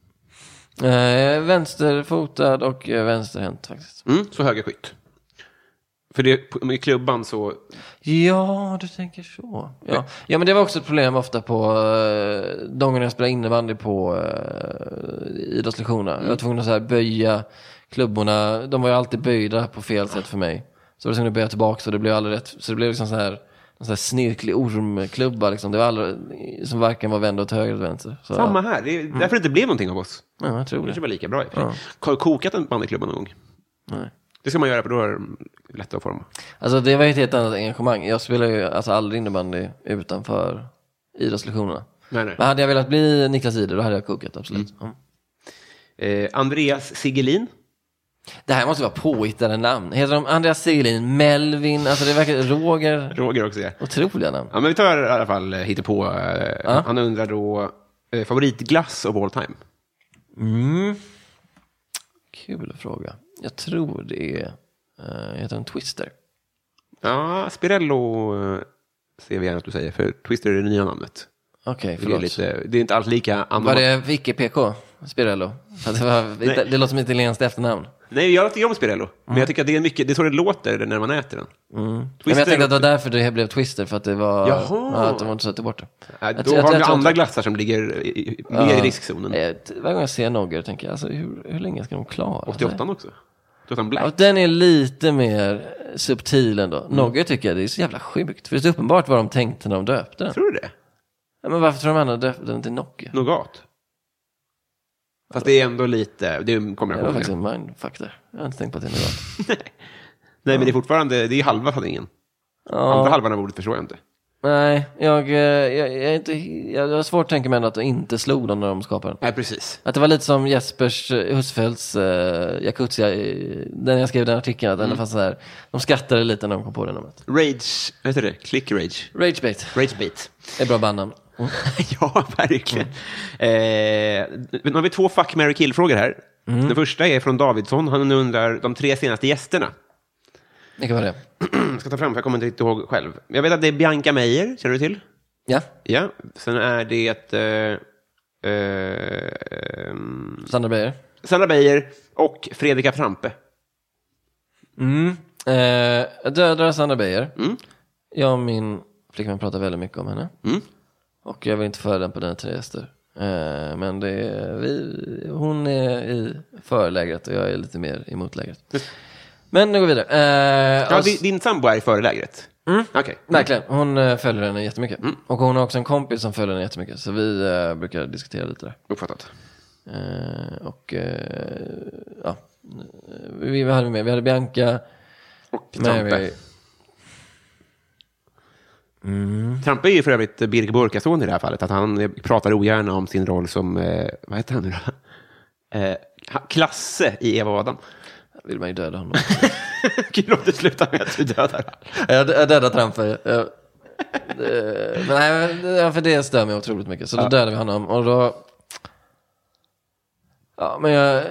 Eh, vänsterfotad och eh, vänsterhänt faktiskt. Mm, så högerskytt. För det, med klubban så... Ja, du tänker så. Ja, ja, men det var också ett problem ofta på uh, de gånger jag spelade innebandy på uh, idrottslektionerna. Mm. Jag var tvungen att så här böja klubborna. De var ju alltid böjda på fel sätt för mig. Så jag var tvungen att böja tillbaka, så det blev aldrig rätt. Så det blev liksom så här en sån här snirklig ormklubba liksom. Det var aldrig, som varken var vänd åt höger eller vänster. Så, samma här, det är därför mm. det inte blev någonting av oss. Ja, jag tror det. Det var lika bra. Ja. Har du kokat en bandyklubba någon gång? Nej. Det ska man göra, för då är det lättare att forma. Alltså det var ett helt annat engagemang. Jag spelar ju alltså aldrig innebandy utanför idrottslektionerna. Nej, nej. Men hade jag velat bli Niklas Ider, då hade jag kokat, absolut. Mm. Mm. Eh, Andreas Sigelin. Det här måste vara påhittade namn. Heter de Andreas Sigelin, Melvin, alltså det verkar Roger. Roger också, ja. Otroliga namn. Ja, men vi tar i alla fall hittar på. Eh, ja. Han undrar då eh, favoritglass of all time. Mm. Kul fråga. Jag tror det är uh, heter en Twister. Ja, Spirello uh, ser vi gärna att du säger, för Twister är det nya namnet. Okej, okay, förlåt. Det är, lite, det är inte alls lika annorlunda. Var det Vicky P K? Spirello? Det, var, det, det låter som ett italienskt efternamn. Nej, jag tycker om Spirello. Mm. Men jag tycker att det är mycket, det är så det låter när man äter den. Mm. Men jag tänkte att det var därför det blev Twister, för att det var, ja, att de var inte så att det bort det. Ja, då jag, har jag, vi jag andra att... glassar som ligger i, i, mer ja, i riskzonen. Varje gång jag ser Nogger tänker jag, alltså, hur, hur länge ska de klara? åttioåtta också. Ja, den är lite mer subtil ändå. Mm. Nogger tycker jag det är så jävla sjukt. För det är uppenbart vad de tänkte när de döpte den. Tror du det? Ja, men varför tror de andra döpte den till Nogger? Nougat. Fast det är ändå lite, det kommer jag ihåg. Det var faktiskt en mindfuck där. Jag har inte tänkt på att det är Nougat. Nej, Nej, men det är fortfarande, det är halva sanningen. Ja. Andra halvan av ordet förstår jag inte. Nej, jag, jag, jag, är inte, jag har svårt att tänka mig att de inte slog dem när de skapade den. Nej, precis. Att det var lite som Jespers Husfeldts uh, Jakutsia, den jag skrev den artikeln, att mm. den fanns så här, de skrattade lite när de kom på det namnet. Rage, vad heter det? Click Rage. Ragebait. Ragebait. Det är bra bandnamn. Mm. Ja, verkligen. Mm. Eh, nu har vi två fuck, marry, kill-frågor här. Mm. Den första är från Davidsson. Han undrar de tre senaste gästerna. Det kan vara det. Jag ska ta fram, för jag kommer inte ihåg själv. Jag vet att det är Bianca Meijer, känner du till? Ja. Ja, sen är det... Uh, uh, Sandra Beijer. Sandra Beijer och Fredrika Frampe. Mm. Eh, dödar Sandra Beijer. Mm. Jag och min flickvän pratar väldigt mycket om henne. Mm. Och jag vill inte föra den på den tre gäster. Eh, men det är, vi, hon är i förlägret och jag är lite mer emot lägret. Mm. Men nu går vi vidare. Eh, ja, din, din sambo är i förlägret. Mm. Okay. Verkligen, hon uh, följer henne jättemycket. Mm. Och hon har också en kompis som följer henne jättemycket. Så vi uh, brukar diskutera lite där. Uppfattat. Uh, och uh, ja, vi, vi hade med, vi hade Bianca och Mary. Trampe. Mm. Trampe är ju för övrigt Birk Burkason i det här fallet. Att han pratar ogärna om sin roll som, eh, vad heter han nu då? Eh, Klasse i Eva och Adam. Vill man ju döda honom. Kul om det slutar med att du dödar han. Jag, jag dödar Trampe. Jag, men nej, för det stör mig otroligt mycket. Så då ja. dödar vi honom. Och då... Ja, men jag...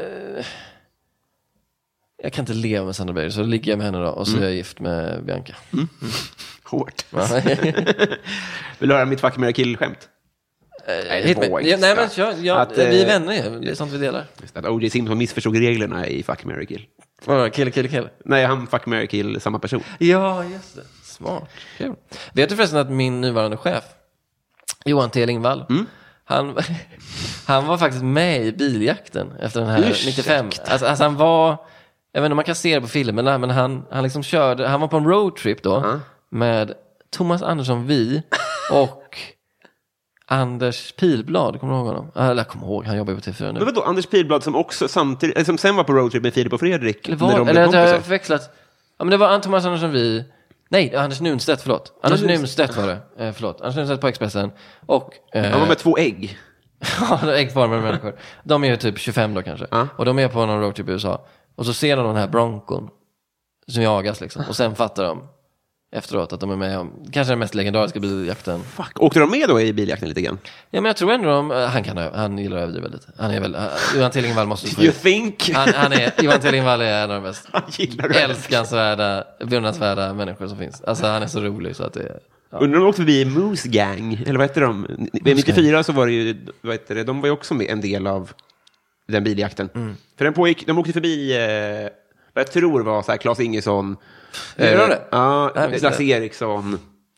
Jag kan inte leva med Sandra Beijer. Så då ligger jag med henne då. Och så mm. är jag gift med Bianca. Mm. Mm. Hårt. Ja. Vill du höra mitt fuck, marry, kill-skämt? Nej, hit mig. Ja, nej, men jag, jag, att, vi är vänner, det är sånt vi delar. Att O J Simpson missförstod reglerna i fuck, marry, kill. Vadå, kill, kill, kill? Nej, han fuck, marry, kill samma person. Ja, just det. Smart. Kul. Vet du förresten att min nuvarande chef, Johan T. Lingvall, mm. han, han var faktiskt med i biljakten efter den här Ursäkta. nittiofem. Alltså, alltså han var, jag vet inte om man kan se det på filmen, men han, han liksom körde, han var på en roadtrip då uh-huh. med Thomas Andersson Vi och Anders Pilblad, kommer du ihåg honom? Eller jag kommer ihåg, han jobbar på T V fyra nu. Men vadå, Anders Pilblad som också samtidigt, som sen var på roadtrip med Filip och Fredrik? Eller, var, eller att jag har förväxlat. Ja, men det var Thomas Andersson Vi. Nej, Anders Nunstedt, förlåt. Anders ja, Nunstedt var det. Eh, förlåt. Anders Nunstedt på Expressen. Och... Eh, han var med två ägg. Ja, äggformade människor. De är ju typ tjugofem då kanske. Uh. Och de är på någon roadtrip i U S A. Och så ser de den här bronkon som jagas liksom. Och sen fattar de efteråt att de är med om kanske den mest legendariska biljakten. Fuck. Åkte de med då i biljakten lite grann? Ja, men jag tror ändå de, han kan han gillar att överdriva lite. Han är väl uh, Johan T. Lingvall måste you think han, han är Johan T. Lingvall är en av de mest älskansvärda beundransvärda människor som finns. Alltså han är så rolig så att det ja. Undrar om de åkte förbi Moose Gang eller vad heter de? nittiofyra så var det ju vad heter det? De var ju också med en del av den biljakten. Mm. För den pågick, de åkte förbi eh, vad jag tror var så här Claes Ingesson. Eh, det? Ja, Lasse Eriksson.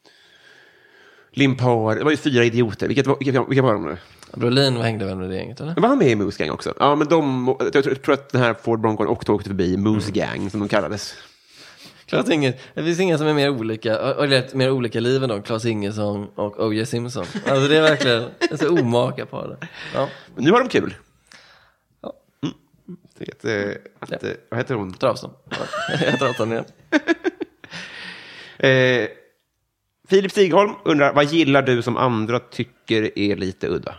Limpar. Det var ju fyra idioter. Vilket var, vilka, vilka var de nu? Brolin hängde väl med det gänget, eller? Var han med i Moose Gang också? Ja, men de, jag tror, jag tror att den här Ford Broncon också åkte förbi Moose Gang, mm. som de kallades. Claes Ingesson. Det finns inga som är mer olika, eller mer olika liv än då. Claes Ingesson och O J Simpson. Alltså det är verkligen det är så omaka på det. Ja. Men nu har de kul. Ja. Mm. Det heter, att, ja. Vad heter hon? Travsson. Ja. Jag heter Attan igen. eh, Filip Stigholm undrar, vad gillar du som andra tycker är lite udda?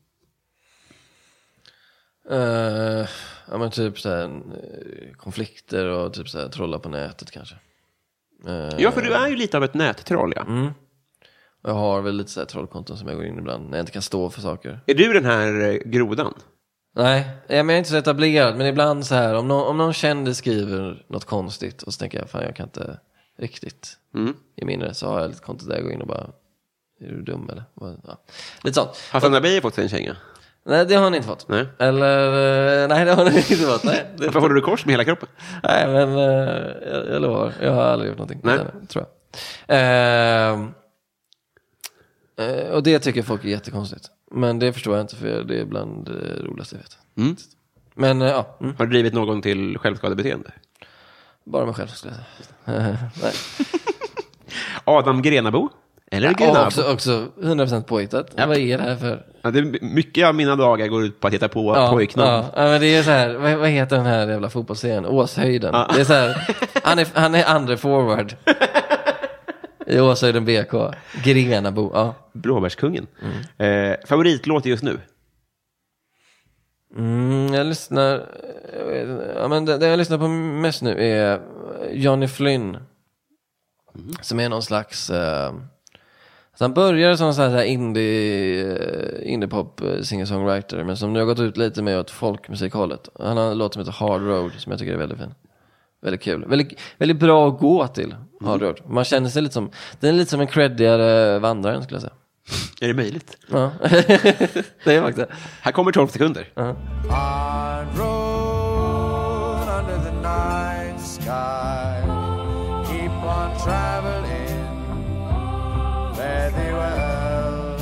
Uh, ja men typ såhär konflikter och typ såhär trolla på nätet kanske. Uh, ja, för du är ju lite av ett nättroll, ja. Mm. Jag har väl lite såhär trollkonton som jag går in ibland när jag inte kan stå för saker. Är du den här grodan? Nej, jag är inte så etablerad, men ibland så här om någon, om någon kändis skriver något konstigt och så tänker jag, fan jag kan inte riktigt mm. i minne, så har jag lite kontot där jag går in och bara, är du dum eller? Ja. Lite sånt. Har Sandra Beijer fått sig en känga? Nej, det har hon inte fått. Nej. Eller, nej det har hon inte fått. Nej, det varför håller du kors med hela kroppen? Nej, men jag, jag lovar, jag har aldrig gjort någonting. Nej. Där, tror jag. Eh, och det tycker folk är jättekonstigt. Men det förstår jag inte, för det är bland det roligaste jag vet. Mm. Men ja. Mm. Har du drivit någon till självskadebeteende? Bara mig själv skulle jag säga. Nej. Adam Grenabo? Eller ja, Grenabo? Också, också hundra procent påhittat. Ja. Vad är det här för? Ja, det är mycket av mina dagar går ut på att hitta på ja, pojknamn. Ja. ja, men det är så här, vad, vad heter den här jävla fotbollsscenen? Åshöjden. Ja. Det är så här, han är, han är andra forward. I Åshöjden B K. Grenabo, ja. Blåbärskungen. Mm. Eh, favoritlåt just nu? Mm, jag lyssnar... Jag vet, ja, men det, det jag lyssnar på mest nu är Johnny Flynn. Mm. Som är någon slags... Eh, så han började som en sån här indie, indie-pop singer-songwriter, men som nu har gått ut lite mer åt folkmusikhållet. Han har en låt som heter Hard Road som jag tycker är väldigt fin. Väldigt kul. Väldigt, väldigt bra att gå till Hard Road. Man känner sig lite som... Den är lite som en creddigare vandraren skulle jag säga. Är det möjligt? Ja. Det är faktiskt. Här kommer tolv sekunder. Uh-huh. Hard road under the night sky. Keep on traveling. Very well.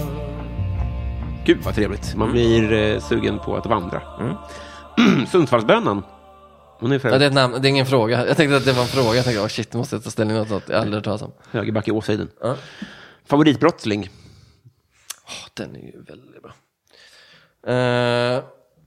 Gud vad trevligt. Man blir eh, sugen på att vandra. Mm. Sundsvallsbönan. Hon är för Ja, det är ett namn, det är ingen fråga. Jag tänkte att det var en fråga. Jag tänkte, oh shit, måste jag ta ställning åt något. Jag har aldrig hört talas om. Högerback i Åshöjden. Ja. Favoritbrottsling? Oh, den är ju väldigt bra. Uh,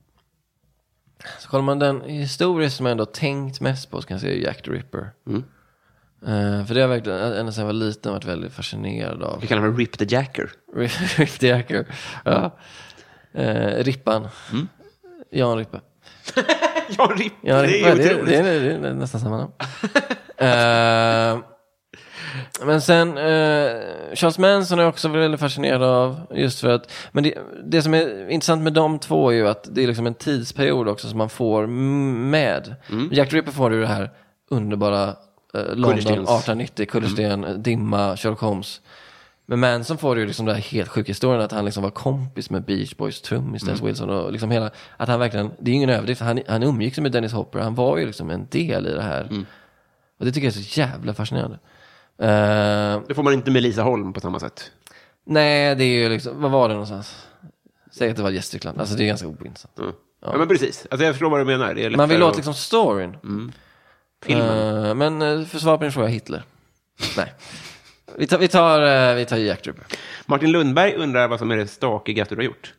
så kollar man den historia som jag ändå tänkt mest på, så kan jag säga Jack the Ripper. Mm. Uh, för det har verkligen, ända sedan jag var liten, varit väldigt fascinerad av. Vi kallar honom Rip the Jacker. Rip the Jacker. Ja. Uh, Rippan. Mm. Jan Rippe. Jan Rippe, Jan det Rippe, är det, otroligt. det, det, det, det är nästan samma namn. uh, Men sen uh, Charles Manson är jag också väldigt fascinerad av, just för att, men det, det som är intressant med de två är ju att det är liksom en tidsperiod också som man får med. Mm. Jack Ripper får ju det här underbara uh, London arton nittio, kullersten, mm. dimma, Sherlock Holmes. Men Manson får ju liksom den här helt sjuka historien att han liksom var kompis med Beach Boys trummis Dennis mm. Wilson och liksom hela, att han verkligen, det är ingen överdrift, han, han umgicks med Dennis Hopper, han var ju liksom en del i det här. Mm. Och det tycker jag är så jävla fascinerande. Uh, det får man inte med Lisa Holm på samma sätt. Nej, det är ju liksom, vad var det någonstans? Säg att det var Gästrikland, alltså det är ganska ointressant. Mm. Ja. Ja, men precis, alltså jag förstår vad du menar. Det är man vill att... åt liksom storyn. Mm. Filmen. Uh, men uh, för svar på din fråga, Hitler. Nej. Vi tar, vi tar, uh, vi tar Jack Ripper. Martin Lundberg undrar vad som är det stakigaste du har gjort.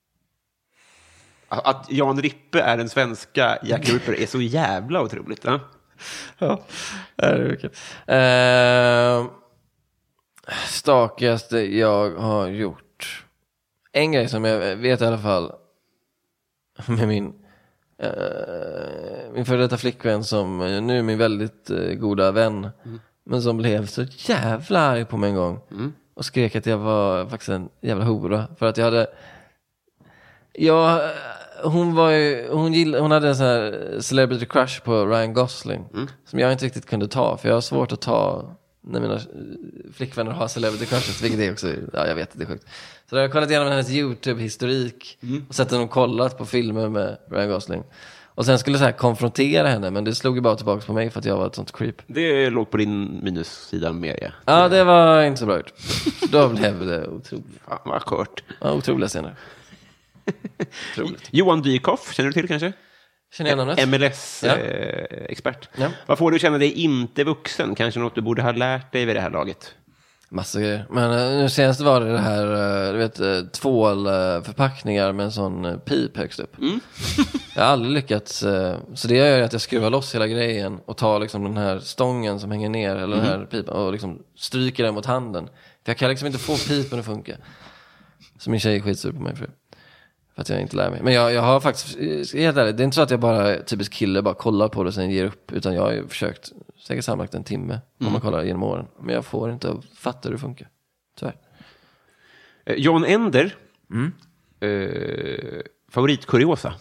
Att Jan Rippe är den svenska Jack Ripper är så jävla otroligt. Ja, ja det är mycket. Uh, stakigaste jag har gjort. En grej som jag vet i alla fall med min uh, min före detta flickvän som nu är min väldigt uh, goda vän. Mm. Men som blev så jävla arg på mig en gång. Mm. Och skrek att jag var faktiskt en jävla hora. För att jag hade... Jag, hon var ju... Hon, gillade, hon hade en sån här celebrity crush på Ryan Gosling. Mm. Som jag inte riktigt kunde ta. För jag har svårt att ta när mina flickvänner har celebrity crushes. Vilket är också... Ja, jag vet, det är sjukt. Så då har jag kollat igenom hennes YouTube-historik. Mm. Och sett henne och kollat på filmer med Ryan Gosling. Och sen skulle jag så här konfrontera henne, men det slog ju bara tillbaka på mig för att jag var ett sånt creep. Det låg på din minussida mer, ja. Ja, det var inte så bra ut. Då blev det otroligt. Fan, vad skört. Ja, otroliga scener. Otroligt. Johan Dykhoff, känner du till kanske? Känner jag namnet? M L S-expert. Ja. Ja. Vad får du känna dig inte vuxen? Kanske något du borde ha lärt dig vid det här laget? Massor grejer. Men nu senast var det det här, du vet, tvålförpackningar med en sån pip högst upp. Mm. Jag har aldrig lyckats. Så det gör att jag skruvar loss hela grejen och tar liksom den här stången som hänger ner, eller mm. den här pipen, och liksom stryker den mot handen. För jag kan liksom inte få pipen att funka. Så min tjej är skitsur på mig för det. För att jag inte lär mig. Men jag, jag har faktiskt, helt ärligt, det är inte så att jag bara, typisk kille, bara kollar på det och sen ger upp. Utan jag har ju försökt, säkert sammanlagt en timme mm. om man kollar genom åren. Men jag får inte fatta hur det funkar. Tyvärr. Eh, John Ender. Mm. Eh, favoritkuriosa?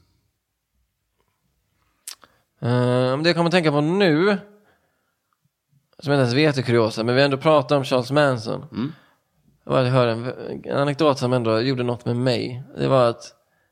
Um, det jag kommer att tänka på nu, som jag inte ens vet är kuriosa, men vi ändå pratar om Charles Manson. Mm. Jag hörde en, en anekdot som ändå gjorde något med mig. Det var att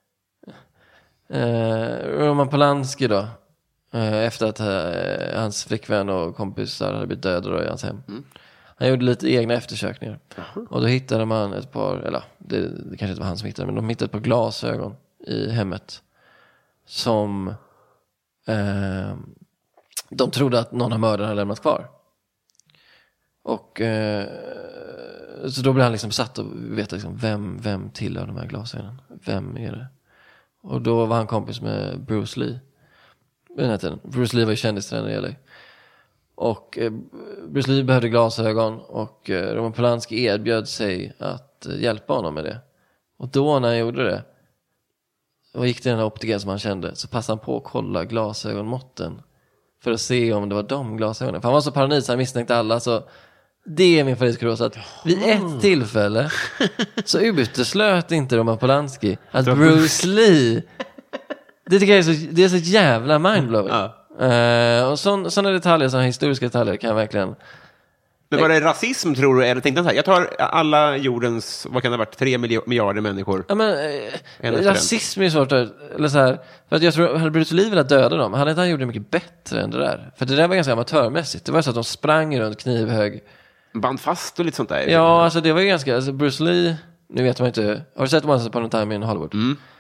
eh, Roman Polanski då, eh, efter att eh, hans flickvän och kompisar hade blivit döda i hans hem. Mm. Han gjorde lite egna eftersökningar. Mm. Och då hittade man ett par, eller det, det kanske inte var han som hittade, men de hittade ett par glasögon i hemmet. Som eh, de trodde att någon av mördarna hade lämnat kvar. Och eh, så då blev han liksom satt och veta liksom, vem, vem tillhör de här glasögonen. Vem är det? Och då var han kompis med Bruce Lee. Den här tiden. Bruce Lee var ju kändistränare i L A. Och eh, Bruce Lee behövde glasögon. Och eh, Roman Polanski erbjöd sig att eh, hjälpa honom med det. Och då när han gjorde det, och gick till den här optiken som han kände, så passade han på att kolla glasögonmåtten för att se om det var de glasögonen. För han var så paranoid så han misstänkte alla. Så det är min favoritkuriosa, att vid ett tillfälle så uteslöt inte Roman Polanski att Bruce Lee, det tycker jag är så, det är så jävla mindblowing. Ja. Uh, och sådana detaljer, sådana historiska detaljer kan jag verkligen. Men var det rasism tror du? Eller tänkte jag så här, jag tar alla jordens, vad kan det ha varit, tre miljarder människor. Ja, men eh, rasism är svårt att, eller så här, för att jag tror, hade Bruce Lee velat döda dem, hade inte han gjort det mycket bättre än det där. För det där var ganska amatörmässigt. Det var så att de sprang runt knivhög, band fast och lite sånt där. Ja, alltså det var ju ganska, alltså Bruce Lee, nu vet man inte, har du sett Once Upon a Time in Hollywood? Mm.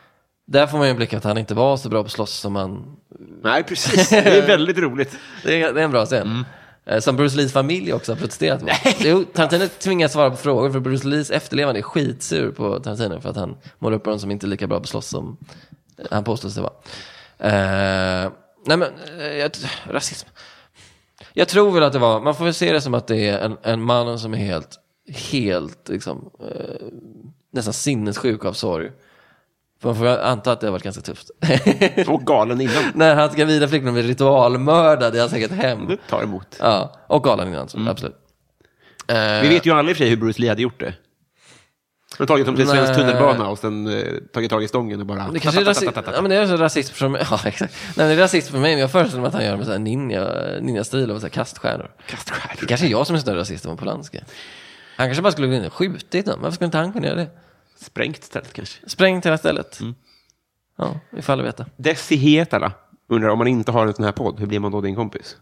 där får man ju en blick att han inte var så bra på slåss som han... Nej, precis. Det är väldigt roligt. Det är, det är en bra scen. Mm. Som Bruce Lees familj också har protesterat mot. Jo, Tarantino tvingas svara på frågor för Bruce Lees efterlevande är skitsur på Tarantino för att han målar upp någon som inte är lika bra på slåss som han påstår sig vara. Uh, nej men, uh, rasism. Jag tror väl att det var, man får väl se det som att det är en, en man som är helt, helt liksom, uh, nästan sinnessjuk av sorg. För man får anta att det har varit ganska tufft. Och galen innan. När hans gravida flickor blir ritualmördade i hans eget hem. Det tar emot. Ja, och galen innan, så, mm. absolut. Uh, Vi vet ju aldrig i och för sig hur Bruce Lee hade gjort det. Han har tagit som till svensk tunnelbana och sen eh, tagit tag i stången och bara... Det kanske är rasism, ja, men det är så rasism för mig. Ja, exakt. Nej, det är rasism för mig, men jag föreställer mig att han gör med så här ninja, ninja-stil och så här kaststjärnor. Kaststjärnor. Det kanske är jag som är större rasist än Polanski. Han kanske bara skulle gå in och skjutit dem. Varför skulle inte han kunna göra det? Sprängt stället kanske. Sprängt hela stället. Mm. Ja, ifall du vet det. Desi Hetala undrar, om man inte har en sån här podd, hur blir man då din kompis?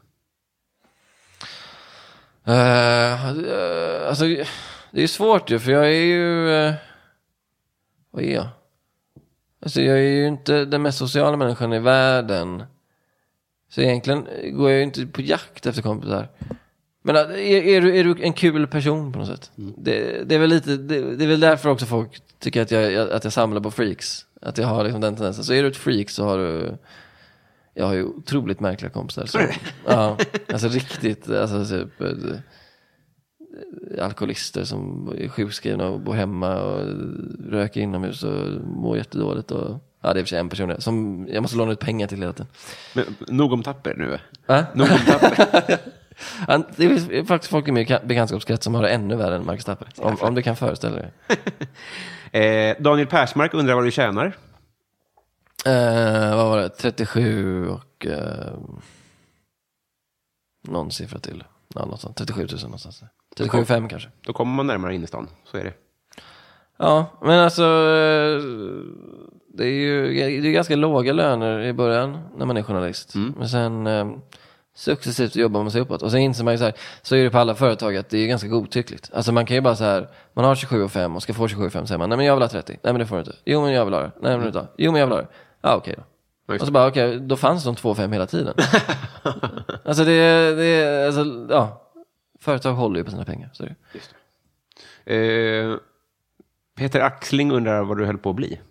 Uh, uh, alltså, det är ju svårt ju, för jag är ju... Uh, vad är jag? Alltså, jag är ju inte den mest sociala människan i världen. Så egentligen går jag ju inte på jakt efter kompisar. Men är, är, du, är du en kul person på något sätt? Mm. Det, det är väl lite, det, det är väl därför också folk tycker att jag, att jag samlar på freaks. Att jag har liksom den tendensen. Så är du ett freak så har du... Jag har ju otroligt märkliga kompisar. Så, ja, alltså riktigt... Alltså, typ, alkoholister som är sjukskrivna och bor hemma och röker inomhus och mår jättedåligt. Och, ja, det är för sig en person som jag måste låna ut pengar till hela tiden. Men nog om tapper nu. Äh? Nog om tapper. Det är faktiskt folk i min bekantskapskrets som har det ännu värre än Marcus Tapper. Om, om du kan föreställa dig. eh, Daniel Persmark undrar vad du tjänar. Eh, vad var det? trettiosju och eh, någon siffra till. Ja, något sånt. trettiosju tusen någonstans. trettiosju komma fem kanske. Då kommer man närmare innerstan, så är det. Ja, men alltså det är ju det är ganska låga löner i början när man är journalist. Mm. Men sen eh, successivt jobbar man sig uppåt. Och sen inser man ju så här, så är det på alla företag att det är ganska godtyckligt. Alltså man kan ju bara så här, man har tjugosju och fem och ska få tjugosju och fem, säger man, nej men jag vill ha trettio. Nej men det får du inte. Jo men jag vill ha det. Nej men inte. Jo men jag vill ha det. Ja okej då. Och så bara okej, okay, då fanns de två och fem hela tiden. Alltså det det alltså ja, företag håller ju på sina pengar, så är det. Just det. Eh, Peter Axling undrar vad du höll på att bli.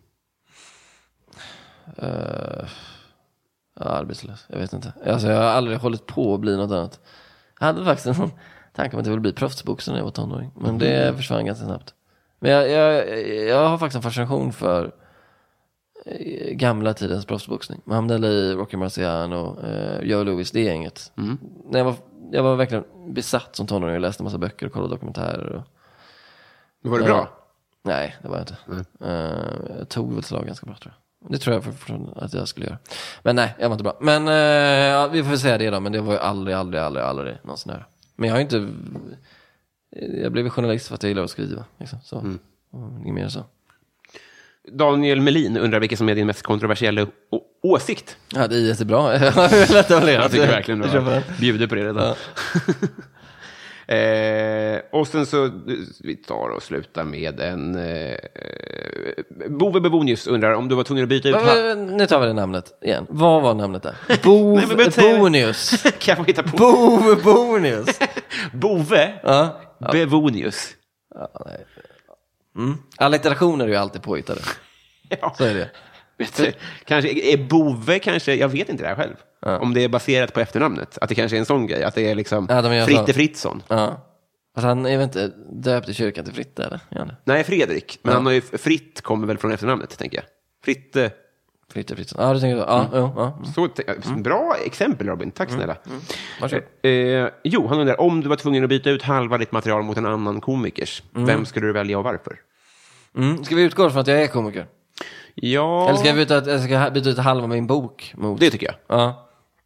Uh, ja, arbetslös, jag vet inte. Alltså jag har aldrig hållit på att bli något annat. Jag hade faktiskt en tanke om att jag ville bli proffsboxare när jag var tonåring, men det mm. försvann ganska snabbt. Men jag, jag, jag har faktiskt en fascination för gamla tidens proffsboxning. Muhammad Ali, Rocky Marciano, uh, Joe Louis, det är inget. Mm. När jag var jag var verkligen besatt som tonåring och läste en massa böcker och kollade dokumentärer. Och, var det uh, bra? Nej, det var jag inte. Mm. Uh, jag tog väl slag ganska bra, tror jag. Det tror jag för, för att jag skulle göra. Men nej, jag var inte bra. Men uh, ja, vi får säga det då. Men det var ju aldrig, aldrig, aldrig, aldrig någonsin nära. Men jag har inte... Jag blev journalist för att jag gillar att skriva. Liksom. Så. Mm. Inget mer så. Daniel Melin undrar vilken som är din mest kontroversiella å- åsikt. Ja, det är jättebra. Jag tycker verkligen du bjuder på det redan. Ja. eh, och sen så vi tar och slutar med en eh, Bove Bebonius undrar om du var tvungen att byta ut... Ha- nu tar vi det namnet igen. Vad var namnet där? Bove Bebonius. Kan jag få hitta på? Bove Bebonius. Bove ja. Bebonius. Ja, nej. Mm. Allitterationer är ju alltid påhittade. Ja. Så är det. Vet du, kanske är Bove kanske, jag vet inte det här själv. Ja. Om det är baserat på efternamnet, att det kanske är en sån grej, att det är liksom ja, de Fritte Fritzson. Ja. Att han är väl inte döpt i kyrkan till Fritte eller? Ja, nej, Fredrik, men ja. Han har ju Fritt kommer väl från efternamnet, tänker jag. Fritte Fritte Fritzson. Ja, du tänker så. Ja, mm. ja, ja. Så mm. Bra exempel, Robin. Tack snälla. Mm. Mm. Varsågod. Eh, jo, han undrar om du var tvungen att byta ut halva ditt material mot en annan komikers. Mm. Vem skulle du välja och varför? Mm. Ska vi utgå från att jag är komiker? Ja. Eller ska jag byta, jag ska byta ut halva min bok mot... Det tycker jag. Ja.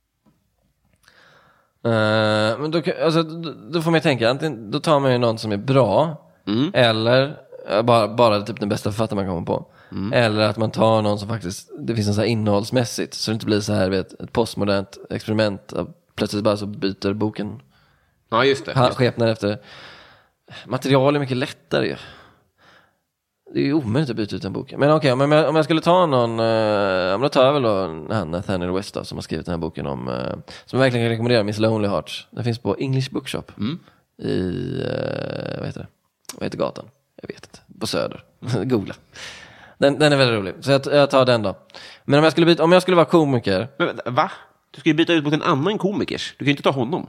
Uh, men då, alltså, då, då får man tänka, antingen, då tar man ju någon som är bra mm. eller uh, bara, bara typ den bästa författaren man kommer på. Mm. Eller att man tar någon som faktiskt, det finns en så här innehållsmässigt, så det inte blir så här, vet, ett postmodernt experiment. Plötsligt bara så byter boken. Ja, just det. Just det. Skepnar efter. Material är mycket lättare ju. Det är ju omöjligt att byta ut en bok. Men okej, okay, om, jag, om jag skulle ta någon... Eh, om jag tar väl då han, Nathaniel West då, som har skrivit den här boken om... Eh, som jag verkligen kan rekommendera, Miss Lonely Hearts. Den finns på English Bookshop. Mm. I... Eh, vad heter det? Vad heter gatan? Jag vet inte. På Söder. Googla. Den, den är väldigt rolig. Så jag, jag tar den då. Men om jag skulle byta, om jag skulle vara komiker... Men, va? Du ska ju byta ut mot en annan komikers. Du kan ju inte ta honom.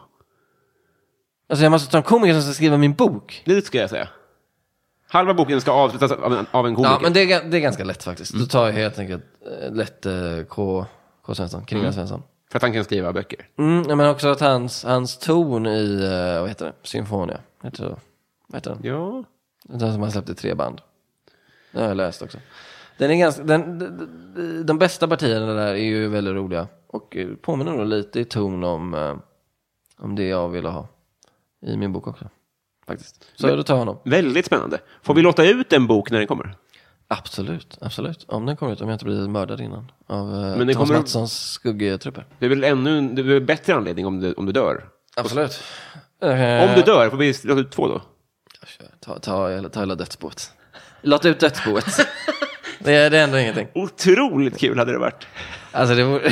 Alltså jag måste ta en komiker som ska skriva min bok. Det ska jag säga. Halva boken ska avslutas av en, av en komiker. Ja, men det är, det är ganska lätt faktiskt. Mm. Då tar jag helt enkelt äh, lätt äh, K, K. Svensson, Kringlan Svensson. Mm. För att han kan skriva böcker. Mm, men också att hans, hans ton i, äh, vad heter det? Symfonia. Heter det, vad heter den? Ja. Den som han släppte i tre band. Det har jag läst också. Den är ganska, den, de, de, de bästa partierna där är ju väldigt roliga. Och påminner nog lite i ton om, äh, om det jag ville ha i min bok också. Faktiskt. Så men, då tar honom. Väldigt spännande. Får vi låta ut en bok när den kommer? Absolut, absolut. Om den kommer ut, om jag inte blir mördad innan av uh, men Thomas kommer... Mattssons skuggtrupper. Det är väl ännu det är väl bättre anledning om du, om du dör. Absolut. Uh, om du dör, får vi låta ut två då? Jag kör. Ta, ta, ta hela dödsboet. Låt ut dödsboet. det, är, det är ändå ingenting. Otroligt kul hade det varit. Alltså det vore...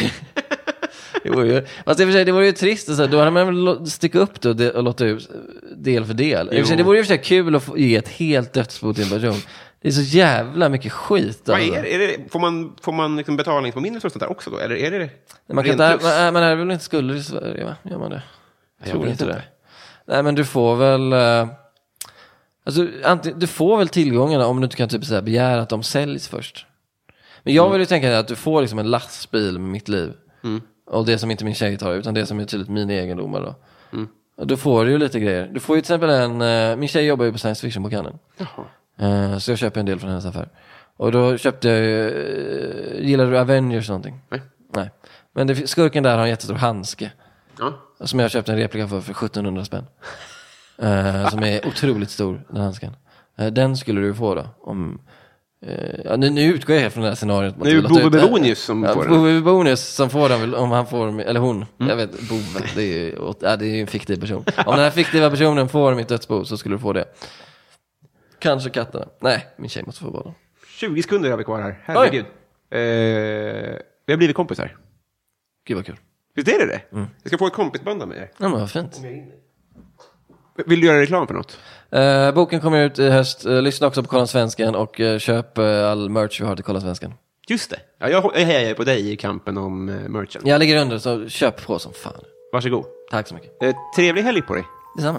Det vore ju, fast i och för sig, det vore ju trist så, då hade man väl sticka upp det och, de, och låta ut del för del. I och för sig, det vore ju för sig kul att få, ge ett helt dödsbo till en person. Det är så jävla mycket skit. Vad är det? Är det får man, får man liksom betalning på mindre för sånt där också då? Eller är det man kan inte, man, man är väl inte skulder i Sverige, va? Gör man det? Jag tror inte det. det. Nej, men du får väl... Uh, alltså, antingen, du får väl tillgångarna om du inte kan typ så här, begära att de säljs först. Men jag vill ju tänka att du får liksom en lastbil med mitt liv. Mm. Och det som inte min tjej tar, utan det som är tydligt mina egendomar då. Mm. Och då får du ju lite grejer. Du får ju till exempel en... Uh, min tjej jobbar ju på science fiction-bokhandeln. Uh, så jag köper en del från hennes affär. Och då köpte jag... Uh, gillar du Avengers någonting? Nej. Nej. Men det, skurken där har en jättestor handske. Ja. Som jag köpte en replika för för sjuttonhundra spänn. Uh, som är otroligt stor, den handsken. Uh, den skulle du få då. Om... Ja, nu, nu utgår jag från det här scenariot. Det är ju Bove Bebonius som ja, får den. Bove Bebonius som får den, om han får, eller hon. Mm. Jag vet, Bove, det är ju ja, det är en fiktiv person. Om den här fiktiva personen får mitt dödsbo så skulle du få det. Kanske katterna. Nej, min tjej måste få båda. tjugo sekunder har vi kvar här. Herregud. Eh, vi har blivit kompisar. Gud vad kul. Visst är det det? Mm. Jag ska få ett kompisband med er. Ja, men vad fint. Vill du göra reklam för något? Uh, boken kommer ut i höst. Uh, lyssna också på Kolla Svensken och uh, köp uh, all merch vi har till Kolla Svensken. Just det. Ja, jag, jag hejar på dig i kampen om uh, merchen. Jag ligger under, så köp på som fan. Varsågod. Tack så mycket. Uh, trevlig helg på dig. Detsamma.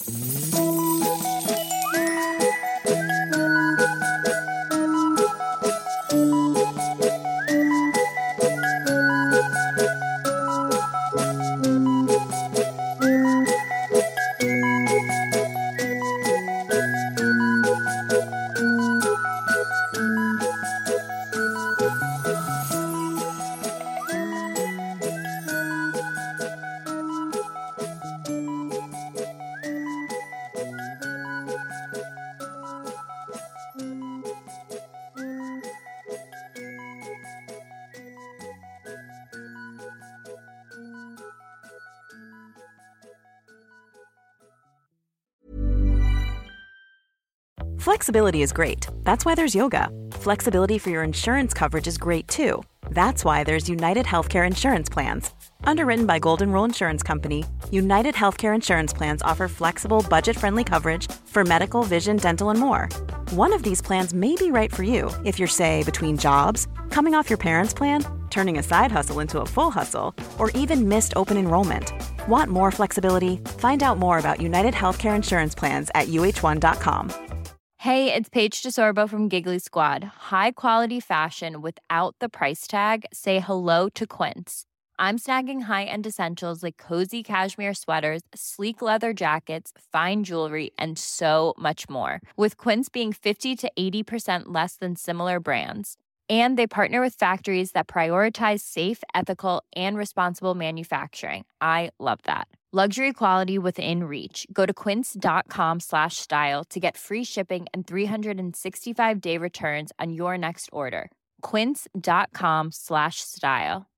Flexibility is great. That's why there's yoga. Flexibility for your insurance coverage is great too. That's why there's United Healthcare Insurance Plans. Underwritten by Golden Rule Insurance Company, United Healthcare Insurance Plans offer flexible, budget-friendly coverage for medical, vision, dental, and more. One of these plans may be right for you if you're, say, between jobs, coming off your parents' plan, turning a side hustle into a full hustle, or even missed open enrollment. Want more flexibility? Find out more about United Healthcare Insurance Plans at U H one dot com. Hey, it's Paige DeSorbo from Giggly Squad. High quality fashion without the price tag. Say hello to Quince. I'm snagging high-end essentials like cozy cashmere sweaters, sleek leather jackets, fine jewelry, and so much more. With Quince being fifty to eighty percent less than similar brands. And they partner with factories that prioritize safe, ethical, and responsible manufacturing. I love that. Luxury quality within reach. Go to quince.com slash style to get free shipping and three sixty-five day returns on your next order. Quince.com slash style.